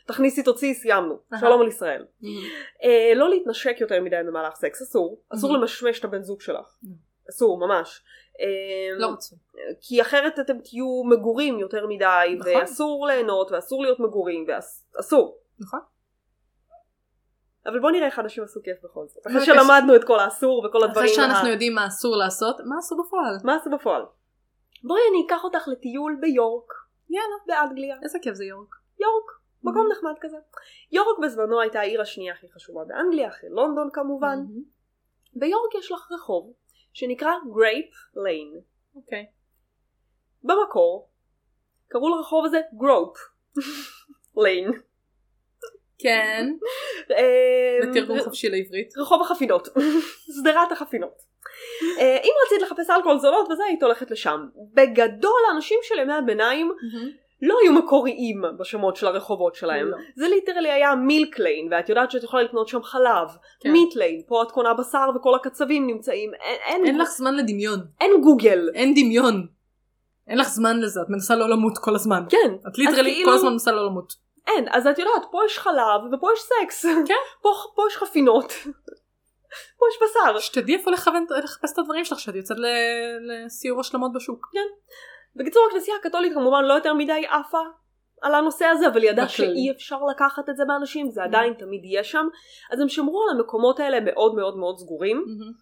תכניסי תוציא, סיימנו, שלום על ישראל. לא להתנשק יותר מדי במהלך סקס, אסור למשמש את הבן זוג שלך, אסור ממש. לא רצו. כי אחרת אתם תהיו מגורים יותר מדי, ואסור ליהנות ואסור להיות מגורים, ואסור. נכון. אבל בוא נראה איך אנשים עשו כיף בכל זאת. אחרי שלמדנו את כל האסור וכל הדברים. אחרי שאנחנו יודעים מה אסור לעשות, מה עשו בפועל? מה עשו בפועל? בואי אני אקח אותך לטיול ביורק. יאללה. באנגליה. איזה כיף זה יורק. יורק, מקום נחמד כזה. יורק בזמנו הייתה העיר השנייה הכי חשובה באנגליה, אחרי לונדון כמובן. ביורק יש לך רחוב שנקרא גרייפ ליין. אוקיי. במקור קראו לרחוב הזה גרופ ליין. כן. בתרגום חופשי לעברית. רחוב החפינות. שדרת החפינות. אם רצית לחפש אלכוהול זולות וזה, היית הולכת לשם. בגדול האנשים של ימי הביניים לא היו מקוריים בשמות של הרחובות שלהם. זה ליטרלי היה מילק ליין, ואת יודעת שאת יכולה לקנות שם חלב. מיט ליין, פה את קונה בשר וכל הקצבים נמצאים. אין לך זמן לדמיון. אין גוגל. אין דמיון. אין לך זמן לזה, את מנסה לא למות כל הזמן. כן. את ליטרלי כל הזמן מנסה לא למות. אין, אז את יודעת, פה יש חלב ופה יש סקס. כן. פה יש חפינות. פה יש בשר. שתדעי איפה לחפש את הדברים שלך, שאת יוצאת לסיור השלמות בשוק. כן. בקיצור, הכנסייה הקתולית כמובן לא יותר מדי עפה על הנושא הזה, אבל ידע שאי אפשר לקחת את זה מאנשים, זה עדיין תמיד יהיה שם. אז הם שמרו על המקומות האלה מאוד מאוד מאוד סגורים.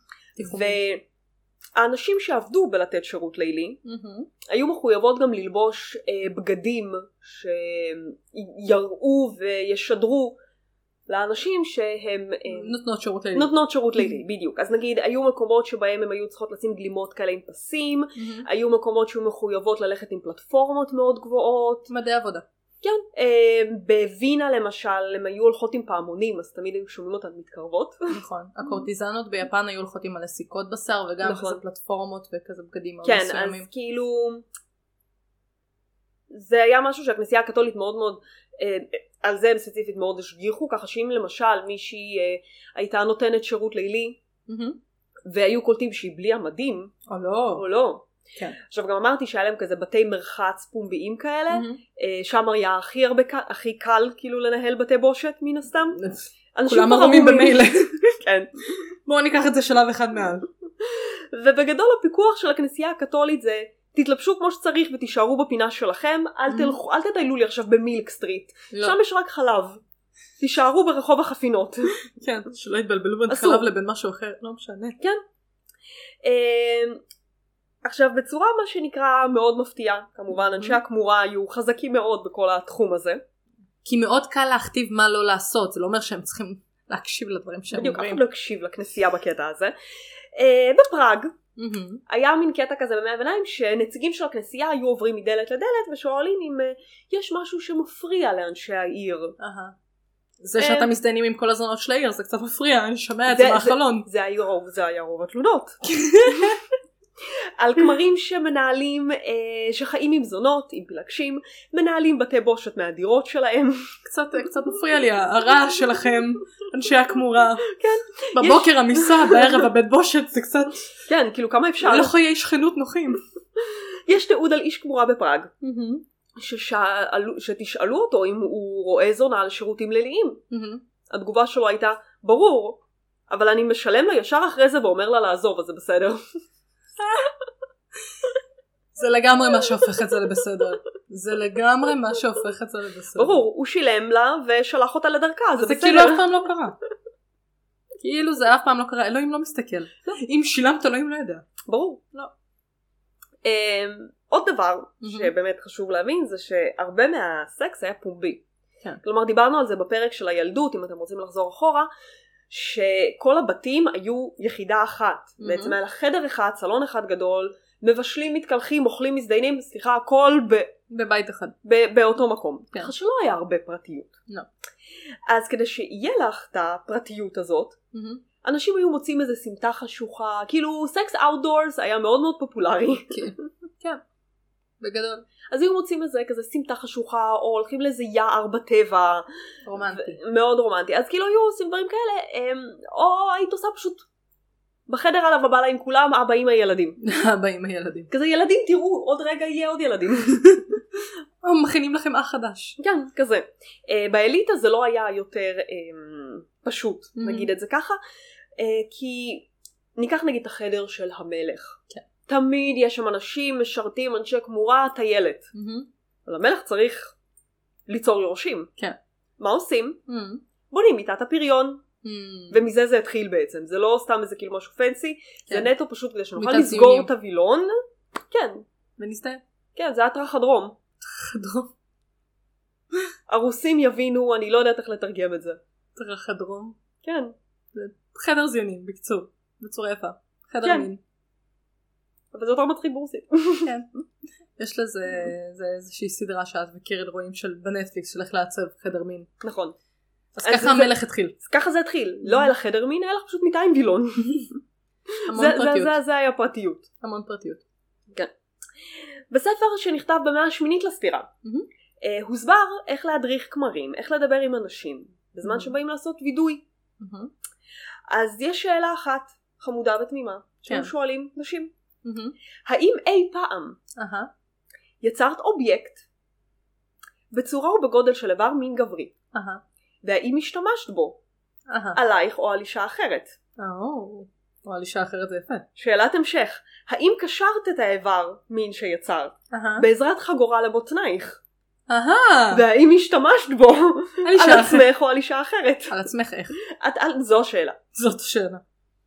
האנשים שעבדו בלתת שירות לילי היו מחויבות גם ללבוש בגדים שיראו וישדרו לאנשים שהם נותנות שירות לילי, בדיוק. אז נגיד היו מקומות שבהם הם היו צריכות לשים גלימות כאלה עם פסים, היו מקומות שהיו מחויבות ללכת עם פלטפורמות מאוד גבוהות. מדעי עבודה. כן, בווינה למשל הם היו הולכות עם פעמונים, אז תמיד היו שומעים אותן מתקרבות. נכון, הקורטיזנות ביפן היו הולכות עם הלסיקות בשר וגם כזה פלטפורמות וכזה בגדים. כן, אז כאילו זה היה משהו שהכנסייה הקתולית מאוד מאוד, על זה ספציפית מאוד השגיחו, ככה שאם למשל מישהי הייתה נותנת שירות לילי והיו קולטים שהיא בלי המדים או לא. כן. עכשיו גם אמרתי שהיה להם כזה בתי מרחץ פומביים כאלה, שם היה הכי קל כאילו לנהל בתי בושת מן הסתם. כולם מרמים במילא. כן. בואו ניקח את זה שלב אחד מעל. ובגדול הפיקוח של הכנסייה הקתולית זה תתלבשו כמו שצריך ותישארו בפינה שלכם, אל תטיילו לי עכשיו במילק סטריט, שם יש רק חלב, תישארו ברחוב החפינות. כן, שלא יתבלבלו בין חלב לבין משהו אחר, לא משנה. כן. עכשיו בצורה מה שנקרא מאוד מפתיעה, כמובן אנשי הכמורה היו חזקים מאוד בכל התחום הזה. כי מאוד קל להכתיב מה לא לעשות, זה לא אומר שהם צריכים להקשיב לדברים שהם אומרים. בדיוק, אף לא הקשיב לכנסייה בקטע הזה. בפראג היה מין קטע כזה במאה הביניים שנציגים של הכנסייה היו עוברים מדלת לדלת ושואלים אם יש משהו שמפריע לאנשי העיר. זה שאתה מזדיינים עם כל הזונות של העיר זה קצת מפריע, אני שומע את זה מהחלון. זה היה רוב התלונות. על כמרים שמנהלים, שחיים עם זונות, עם פלגשים, מנהלים בתי בושת מהדירות שלהם. קצת מפריע לי, הרעש שלכם, אנשי הכמורה. כן. בבוקר המיסה, בערב הבית בושת, זה קצת... כן, כאילו כמה אפשר... לא חיי שכנות נוחים. יש תיעוד על איש כמורה בפראג, שתשאלו אותו אם הוא רואה זונה על שירותים ליליים. התגובה שלו הייתה, ברור, אבל אני משלם לה ישר אחרי זה ואומר לה לעזוב, אז זה בסדר. זה לגמרי מה שהופך את זה לבסדר. זה לגמרי מה שהופך את זה לבסדר. ברור, הוא שילם לה ושלח אותה לדרכה, זה בסדר. זה כאילו אף פעם לא קרה. כאילו זה אף פעם לא קרה, אלוהים לא מסתכל. אם שילמת אלוהים לא יודע. ברור. לא. עוד דבר שבאמת חשוב להבין זה שהרבה מהסקס היה פומבי. כלומר דיברנו על זה בפרק של הילדות, אם אתם רוצים לחזור אחורה, שכל הבתים היו יחידה אחת. בעצם היה לה חדר אחד, סלון אחד גדול, מבשלים, מתקלחים, אוכלים, מזדיינים, סליחה, הכל בבית אחד. באותו מקום. ככה שלא היה הרבה פרטיות. לא. אז כדי שיהיה לך את הפרטיות הזאת, אנשים היו מוצאים איזה סמטה חשוכה, כאילו סקס אאוטדורס היה מאוד מאוד פופולרי. כן, בגדול. אז היו מוצאים איזה כזה סמטה חשוכה, או הולכים לאיזה יער בטבע. רומנטי. מאוד רומנטי. אז כאילו היו עושים דברים כאלה, או היית עושה פשוט בחדר עליו הבא לה עם כולם, אבא עם הילדים. אבא עם הילדים. כזה ילדים תראו, עוד רגע יהיה עוד ילדים. מכינים לכם אח חדש. כן, כזה. באליטה זה לא היה יותר פשוט, נגיד את זה ככה, כי ניקח נגיד את החדר של המלך. כן. תמיד יש שם אנשים, משרתים, אנשי כמורה, טיילת. אבל המלך צריך ליצור יורשים. כן. מה עושים? בונים מיטת הפריון. ומזה זה התחיל בעצם. זה לא סתם איזה כאילו משהו פנסי, זה נטו פשוט כדי שנוכל לסגור את הווילון. כן. ונסתיים. כן, זה הטרחדרום. טרחדרום. הרוסים יבינו, אני לא יודעת איך לתרגם את זה. טרחדרום. כן. חדר זיונים, בקצור. בצורה יפה. חדר מין. אבל זה יותר מצחיק ברוסית. כן. יש לזה איזושהי סדרה שאת מכירת רואים בנטפליקס של איך לעצב חדר מין. נכון. אז ככה המלך התחיל. ככה זה התחיל. לא היה לה חדר מין, היה לה פשוט מיטה עם וילון. המון פרטיות. זה היה פרטיות. המון פרטיות. כן. בספר שנכתב במאה השמינית לספירה, הוסבר איך להדריך כמרים, איך לדבר עם אנשים, בזמן שבאים לעשות וידוי. אז יש שאלה אחת, חמודה ותמימה, שאנחנו שואלים נשים. האם אי פעם יצרת אובייקט בצורה ובגודל של איבר מין גברי, והאם השתמשת בו עלייך או על אישה אחרת? או על אישה אחרת זה יפה. שאלת המשך, האם קשרת את האיבר מין שיצרת בעזרת חגורה לבוטנייך? והאם השתמשת בו על עצמך או על אישה אחרת? על עצמך איך? זו השאלה. זאת השאלה.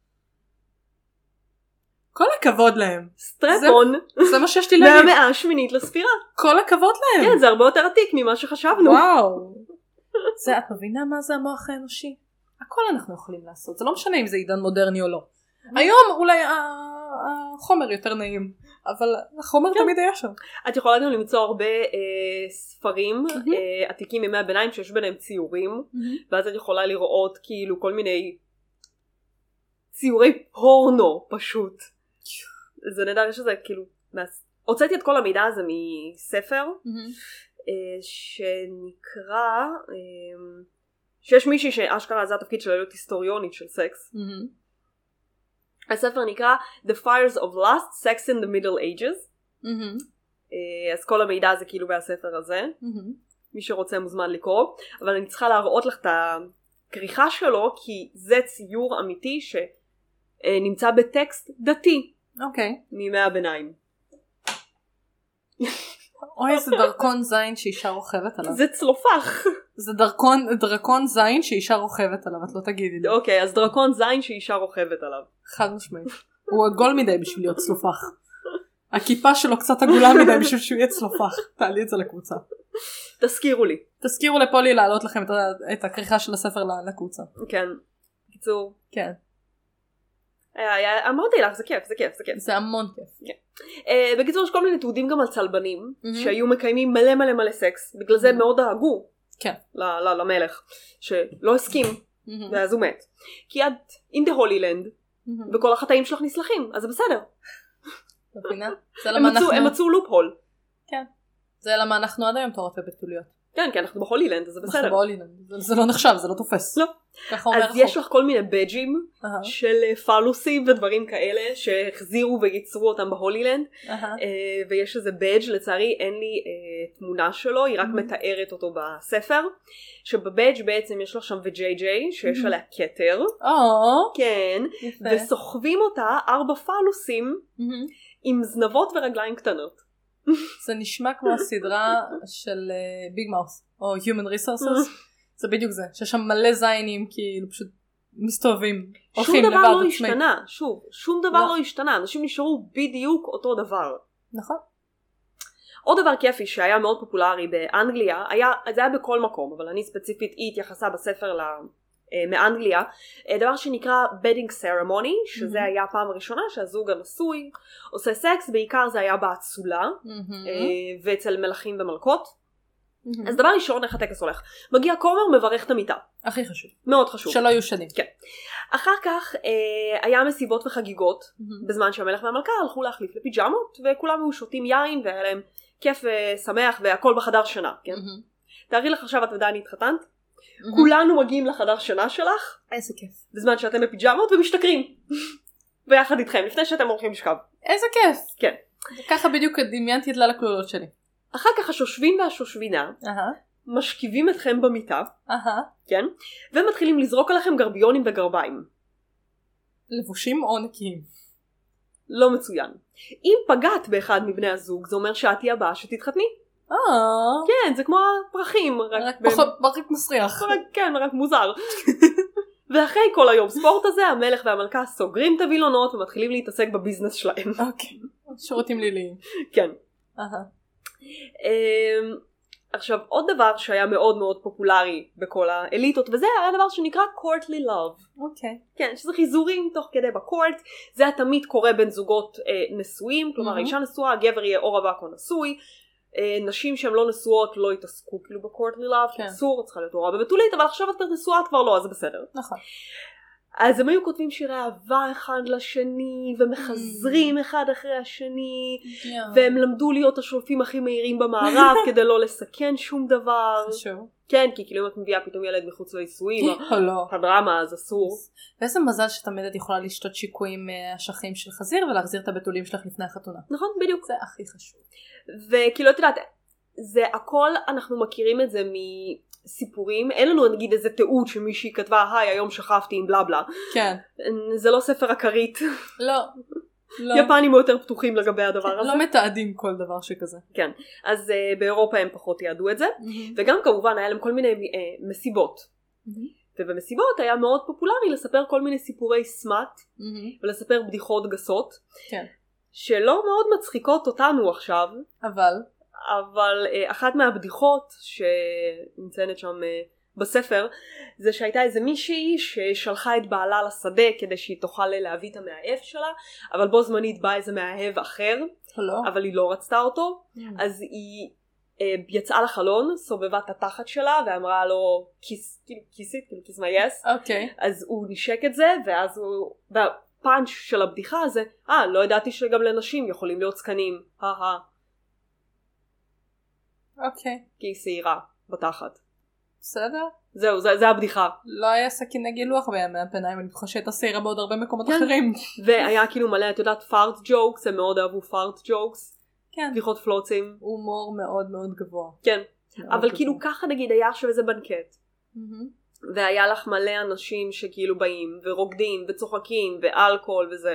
כל הכבוד להם. סטרפון. זה מה שיש לי להגיד. מהמאה השמינית לספירה. כל הכבוד להם. כן, זה הרבה יותר עתיק ממה שחשבנו. וואו. זה, את מבינה מה זה המוח האנושי? הכל אנחנו יכולים לעשות. זה לא משנה אם זה עידן מודרני או לא. היום אולי החומר יותר נעים, אבל החומר תמיד היה שם. את יכולה גם למצוא הרבה ספרים עתיקים מימי הביניים שיש ביניהם ציורים, ואז את יכולה לראות כאילו כל מיני ציורי פורנו פשוט. זה נדע שזה כאילו, הוצאתי את כל המידע הזה מספר שנקרא, שיש מישהי שאשכרה זה התפקיד של להיות היסטוריונית של סקס. הספר נקרא The Fires of Lust, Sex in the Middle Ages. אז כל המידע זה כאילו מהספר הזה. מי שרוצה מוזמן לקרוא. אבל אני צריכה להראות לך את הכריכה שלו, כי זה ציור אמיתי שנמצא בטקסט דתי. אוקיי. מימי הביניים. אוי, איזה דרכון זין שאישה רוכבת עליו. זה צלופח. זה דרקון זין שאישה רוכבת עליו, את לא תגידי לי. אוקיי, אז דרקון זין שאישה רוכבת עליו. חד משמעית. הוא עגול מדי בשביל להיות צלופח. הכיפה שלו קצת עגולה מדי בשביל שהוא יהיה צלופח. תעלי את זה לקבוצה. תזכירו לי. תזכירו לפולי להעלות לכם את הכריכה של הספר לקבוצה. כן. בקיצור. כן. אמרתי לך, זה כיף, זה כיף, זה כיף. זה המון כיף. בקיצור, יש כל מיני תיעודים גם על צלבנים, שהיו מקיימים מלא מלא מלא סקס, בגלל זה מאוד דאגו למלך, שלא הסכים, ואז הוא מת. כי את in the Holy Land, וכל החטאים שלך נסלחים, אז זה בסדר. הם מצאו לופ הול. כן. זה למה אנחנו עד היום תורת ובתוליות. כן, כי אנחנו בהולילנד, אז זה בסדר. אנחנו בהולילנד, זה לא נחשב, זה לא תופס. לא. אז יש לך כל מיני בג'ים של פלוסים ודברים כאלה שהחזירו וייצרו אותם בהולילנד, ויש איזה בג' לצערי אין לי תמונה שלו, היא רק מתארת אותו בספר, שבבג' בעצם יש לך שם וג'יי שיש עליה כתר, כן, וסוחבים אותה 4 פלוסים עם זנבות ורגליים קטנות. זה נשמע כמו הסדרה של ביג מאוס או Human Resources. זה בדיוק זה, שיש שם מלא זיינים כאילו פשוט מסתובבים, הולכים לבד. שום דבר לא השתנה, שום דבר לא השתנה, אנשים נשארו בדיוק אותו דבר. נכון. עוד דבר כיפי שהיה מאוד פופולרי באנגליה, זה היה בכל מקום, אבל אני ספציפית היא התייחסה בספר מאנגליה, דבר שנקרא bedding ceremony, שזה היה הפעם הראשונה שהזוג הנשוי עושה סקס, בעיקר זה היה באצולה, ואצל מלכים ומלכות. אז דבר ראשון, איך הטקס הולך? מגיע כומר, מברך את המיטה. הכי חשוב. מאוד חשוב. שלא יהיו שנים. כן. אחר כך היה מסיבות וחגיגות, בזמן שהמלך והמלכה הלכו להחליף לפיג'מות, וכולם היו שותים יין, והיה להם כיף ושמח, והכל בחדר שינה, כן? תארי לך עכשיו, את ודני התחתנת, כולנו מגיעים לחדר שינה שלך. איזה כיף. בזמן שאתם בפיג'מות ומשתכרים. ביחד איתכם, לפני שאתם הולכים לשכב. איזה כיף. כן. ככה בדיוק דמיינתי את ליל הכלולות שלי. אחר כך השושבין והשושבינה משכיבים אתכם במיטה, כן? ומתחילים לזרוק עליכם גרביונים וגרביים. לבושים או נקיים? לא מצוין. אם פגעת באחד מבני הזוג, זה אומר שאת היא הבאה שתתחתני. כן, זה כמו הפרחים. רק פחות מסריח. כן, רק מוזר. ואחרי כל היום ספורט הזה, המלך והמלכה סוגרים את הווילונות ומתחילים להתעסק בביזנס שלהם. אוקיי, שירותים ליליים. כן. עכשיו, עוד דבר שהיה מאוד מאוד פופולרי בכל האליטות, וזה היה דבר שנקרא courtly love. אוקיי. כן, שזה חיזורים תוך כדי בקורט, זה היה תמיד קורה בין זוגות נשואים, כלומר האישה נשואה, הגבר יהיה או רווק או נשוי, נשים שהן לא נשואות לא יתעסקו כאילו בקורטלי לאב, כי אסור, צריכה להיות הוראה בבתולית, אבל עכשיו את נשואה כבר לא, אז זה בסדר. נכון. אז הם היו כותבים שירי אהבה אחד לשני, ומחזרים אחד אחרי השני, והם למדו להיות השולפים הכי מהירים במערב, כדי לא לסכן שום דבר. חשוב. כן, כי כאילו אם את מביאה פתאום ילד מחוץ לישואים, הדרמה, אז אסור. ואיזה מזל שתמיד את יכולה לשתות שיקויים אשכים של חזיר, ולהחזיר את הבתולים שלך לפני החתונה. נכון, בדיוק. זה הכי חשוב. וכאילו, את יודעת, זה הכל, אנחנו מכירים את זה סיפורים, אין לנו נגיד איזה תיעוד שמישהי כתבה, היי היום שכבתי עם בלה בלה. כן. זה לא ספר הכרית. לא. יפנים יותר פתוחים לגבי הדבר הזה. לא מתעדים כל דבר שכזה. כן. אז באירופה הם פחות יעדו את זה. וגם כמובן היה להם כל מיני מסיבות. ובמסיבות היה מאוד פופולרי לספר כל מיני סיפורי סמאט, ולספר בדיחות גסות. כן. שלא מאוד מצחיקות אותנו עכשיו. אבל אחת מהבדיחות שנמצאת שם בספר, זה שהייתה איזה מישהי ששלחה את בעלה לשדה כדי שהיא תוכל להביא את המאהב שלה, אבל בו זמנית בא איזה מאהב אחר, אבל היא לא רצתה אותו, אז היא יצאה לחלון, סובבה את התחת שלה ואמרה לו kiss my yes, אז הוא נשק את זה, ואז הוא, והפאנץ' של הבדיחה הזה, לא ידעתי שגם לנשים יכולים להיות זקנים, כי היא שעירה בתחת. בסדר. זהו, זה הבדיחה. לא היה סכיני גילוח בימי הביניים, אני חושבת שהייתה שעירה בעוד הרבה מקומות אחרים. והיה כאילו מלא, את יודעת, פארט ג'וקס, הם מאוד אהבו פארט ג'וקס. כן. בדיחות פלוצים. הומור מאוד מאוד גבוה. כן. אבל כאילו ככה נגיד היה עכשיו איזה בנקט. והיה לך מלא אנשים שכאילו באים ורוקדים וצוחקים ואלכוהול וזה.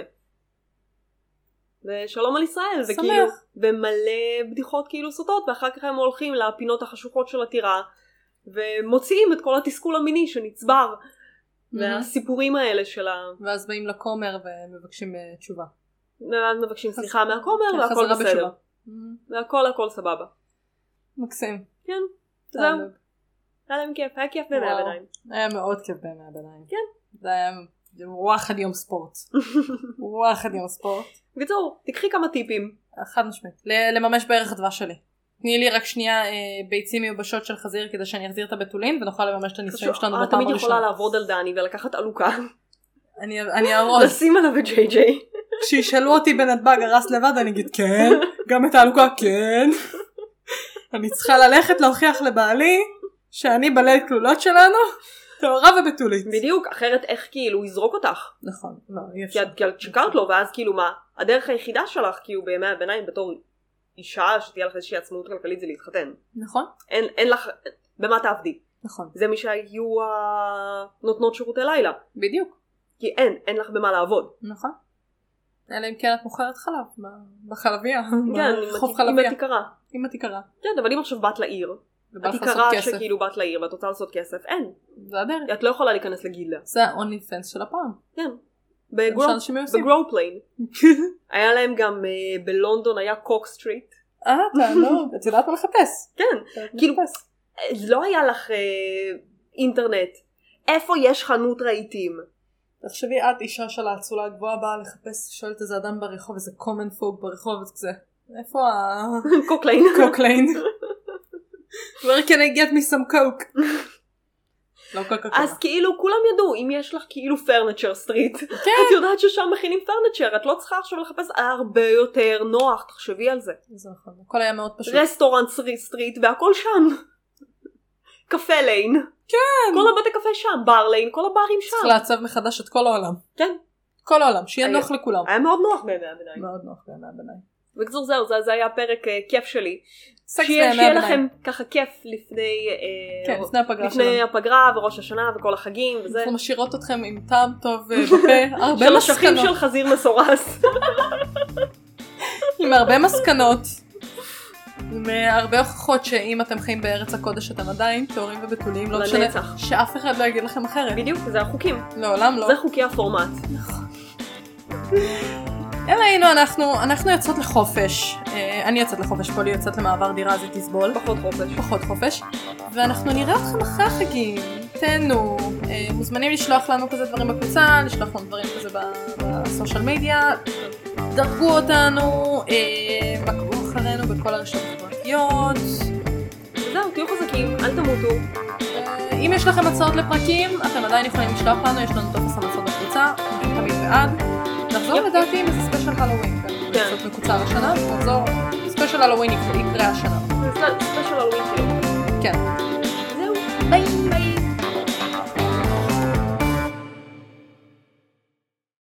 ושלום על ישראל, וכאילו, ומלא בדיחות כאילו סוטות, ואחר כך הם הולכים לפינות החשוכות של הטירה, ומוציאים את כל התסכול המיני שנצבר, והסיפורים האלה של ואז באים לכומר ומבקשים תשובה. מבקשים סליחה מהכומר, והכל בסדר. והכל סבבה. מקסים. כן, זהו. היה להם כיף, היה כיף בימי הביניים. היה מאוד כיף בימי הביניים. כן. זה היה וואחד יום ספורט. וואחד יום ספורט. בקיצור, תקחי כמה טיפים. חד משמעית. לממש בערך הדבש שלי. תני לי רק שנייה ביצים מיובשות של חזיר כדי שאני אחזיר את הבתולין ונוכל לממש את הניסויים שלנו בפעם הראשונה. את תמיד יכולה לעבוד על דני ולקחת עלוקה. אני ארוז. לשים עליו את ג'יי. כשישאלו אותי בנתב"ג הרס לבד אני אגיד כן. גם את העלוקה כן. אני צריכה ללכת להוכיח לבעלי שאני בליל כלולות שלנו. תאורה ובתולית. בדיוק, אחרת איך כאילו הוא יזרוק אותך. נכון, לא, אי אפשר. כי את שקרת לו, ואז כאילו מה, הדרך היחידה שלך, כאילו בימי הביניים בתור אישה שתהיה לך איזושהי עצמאות כלכלית זה להתחתן. נכון. אין לך, במה תעבדי. נכון. זה מי שהיו נותנות שירותי לילה. בדיוק. כי אין לך במה לעבוד. נכון. אלא אם כן את מוכרת חלב, בחלביה. כן, עם התיקרה. עם התיקרה. כן, אבל אם עכשיו באת לעיר, התיקרה שכאילו באת לעיר ואת רוצה לעשות כסף, אין. זה הדרך. את לא יכולה להיכנס לגילה. זה ה-only fans של הפעם. כן. בגרו פליין. היה להם גם בלונדון היה קוק סטריט. את יודעת מה לחפש. כן. כאילו, לא היה לך אינטרנט. איפה יש חנות רהיטים? תחשבי את אישה של האצולה הגבוהה באה לחפש, שואלת איזה אדם ברחוב, איזה common folk ברחוב, וזה איפה קוקליין. קוקליין. Where can I get me some coke? לא קוקה קולה. אז כאילו כולם ידעו, אם יש לך כאילו פרנצ'ר סטריט, את יודעת ששם מכינים פרנצ'ר, את לא צריכה עכשיו לחפש הרבה יותר נוח, תחשבי על זה. זה נכון, הכל היה מאוד פשוט. רסטורנט סטריט והכל שם. קפה ליין. כן. כל הבתי קפה שם, בר ליין, כל הברים שם. צריך לעצב מחדש את כל העולם. כן. כל העולם, שיהיה נוח לכולם. היה מאוד נוח בימי הביניים. מאוד נוח בימי הביניים. בקיצור זהו, זה היה פרק כיף שלי. שיהיה לכם ככה כיף לפני הפגרה וראש השנה וכל החגים וזה. אנחנו משאירות אתכם עם טעם טוב בפה, הרבה מסקנות. של השכים של חזיר מסורס. עם הרבה מסקנות. עם הרבה הוכחות שאם אתם חיים בארץ הקודש אתם עדיין טהורים ובתולים, לא משנה שאף אחד לא יגיד לכם אחרת. בדיוק, זה החוקים. לעולם לא. זה חוקי הפורמט. נכון. אלא היינו, אנחנו יוצאות לחופש. אני יוצאת לחופש, פולי יוצאת למעבר דירה, זה תסבול. פחות חופש. ואנחנו נראה אתכם אחרי החגים. תהנו. מוזמנים לשלוח לנו כזה דברים בקבוצה, לשלוח לנו דברים כזה בסושיאל מדיה. דרגו אותנו, בקבו אחרינו בכל הרשתות החברתיות. זהו, תהיו חזקים, אל תמותו. אם יש לכם הצעות לפרקים, אתם עדיין יכולים לשלוח לנו, יש לנו טופס המלצות בקבוצה, אנחנו תמיד בעד. נחזור לדעתי עם איזה ספיישל הלווין, קצת מקוצר השנה, נחזור, ספיישל הלווין יקרה השנה. ספיישל הלווין כאילו. כן. זהו, ביי.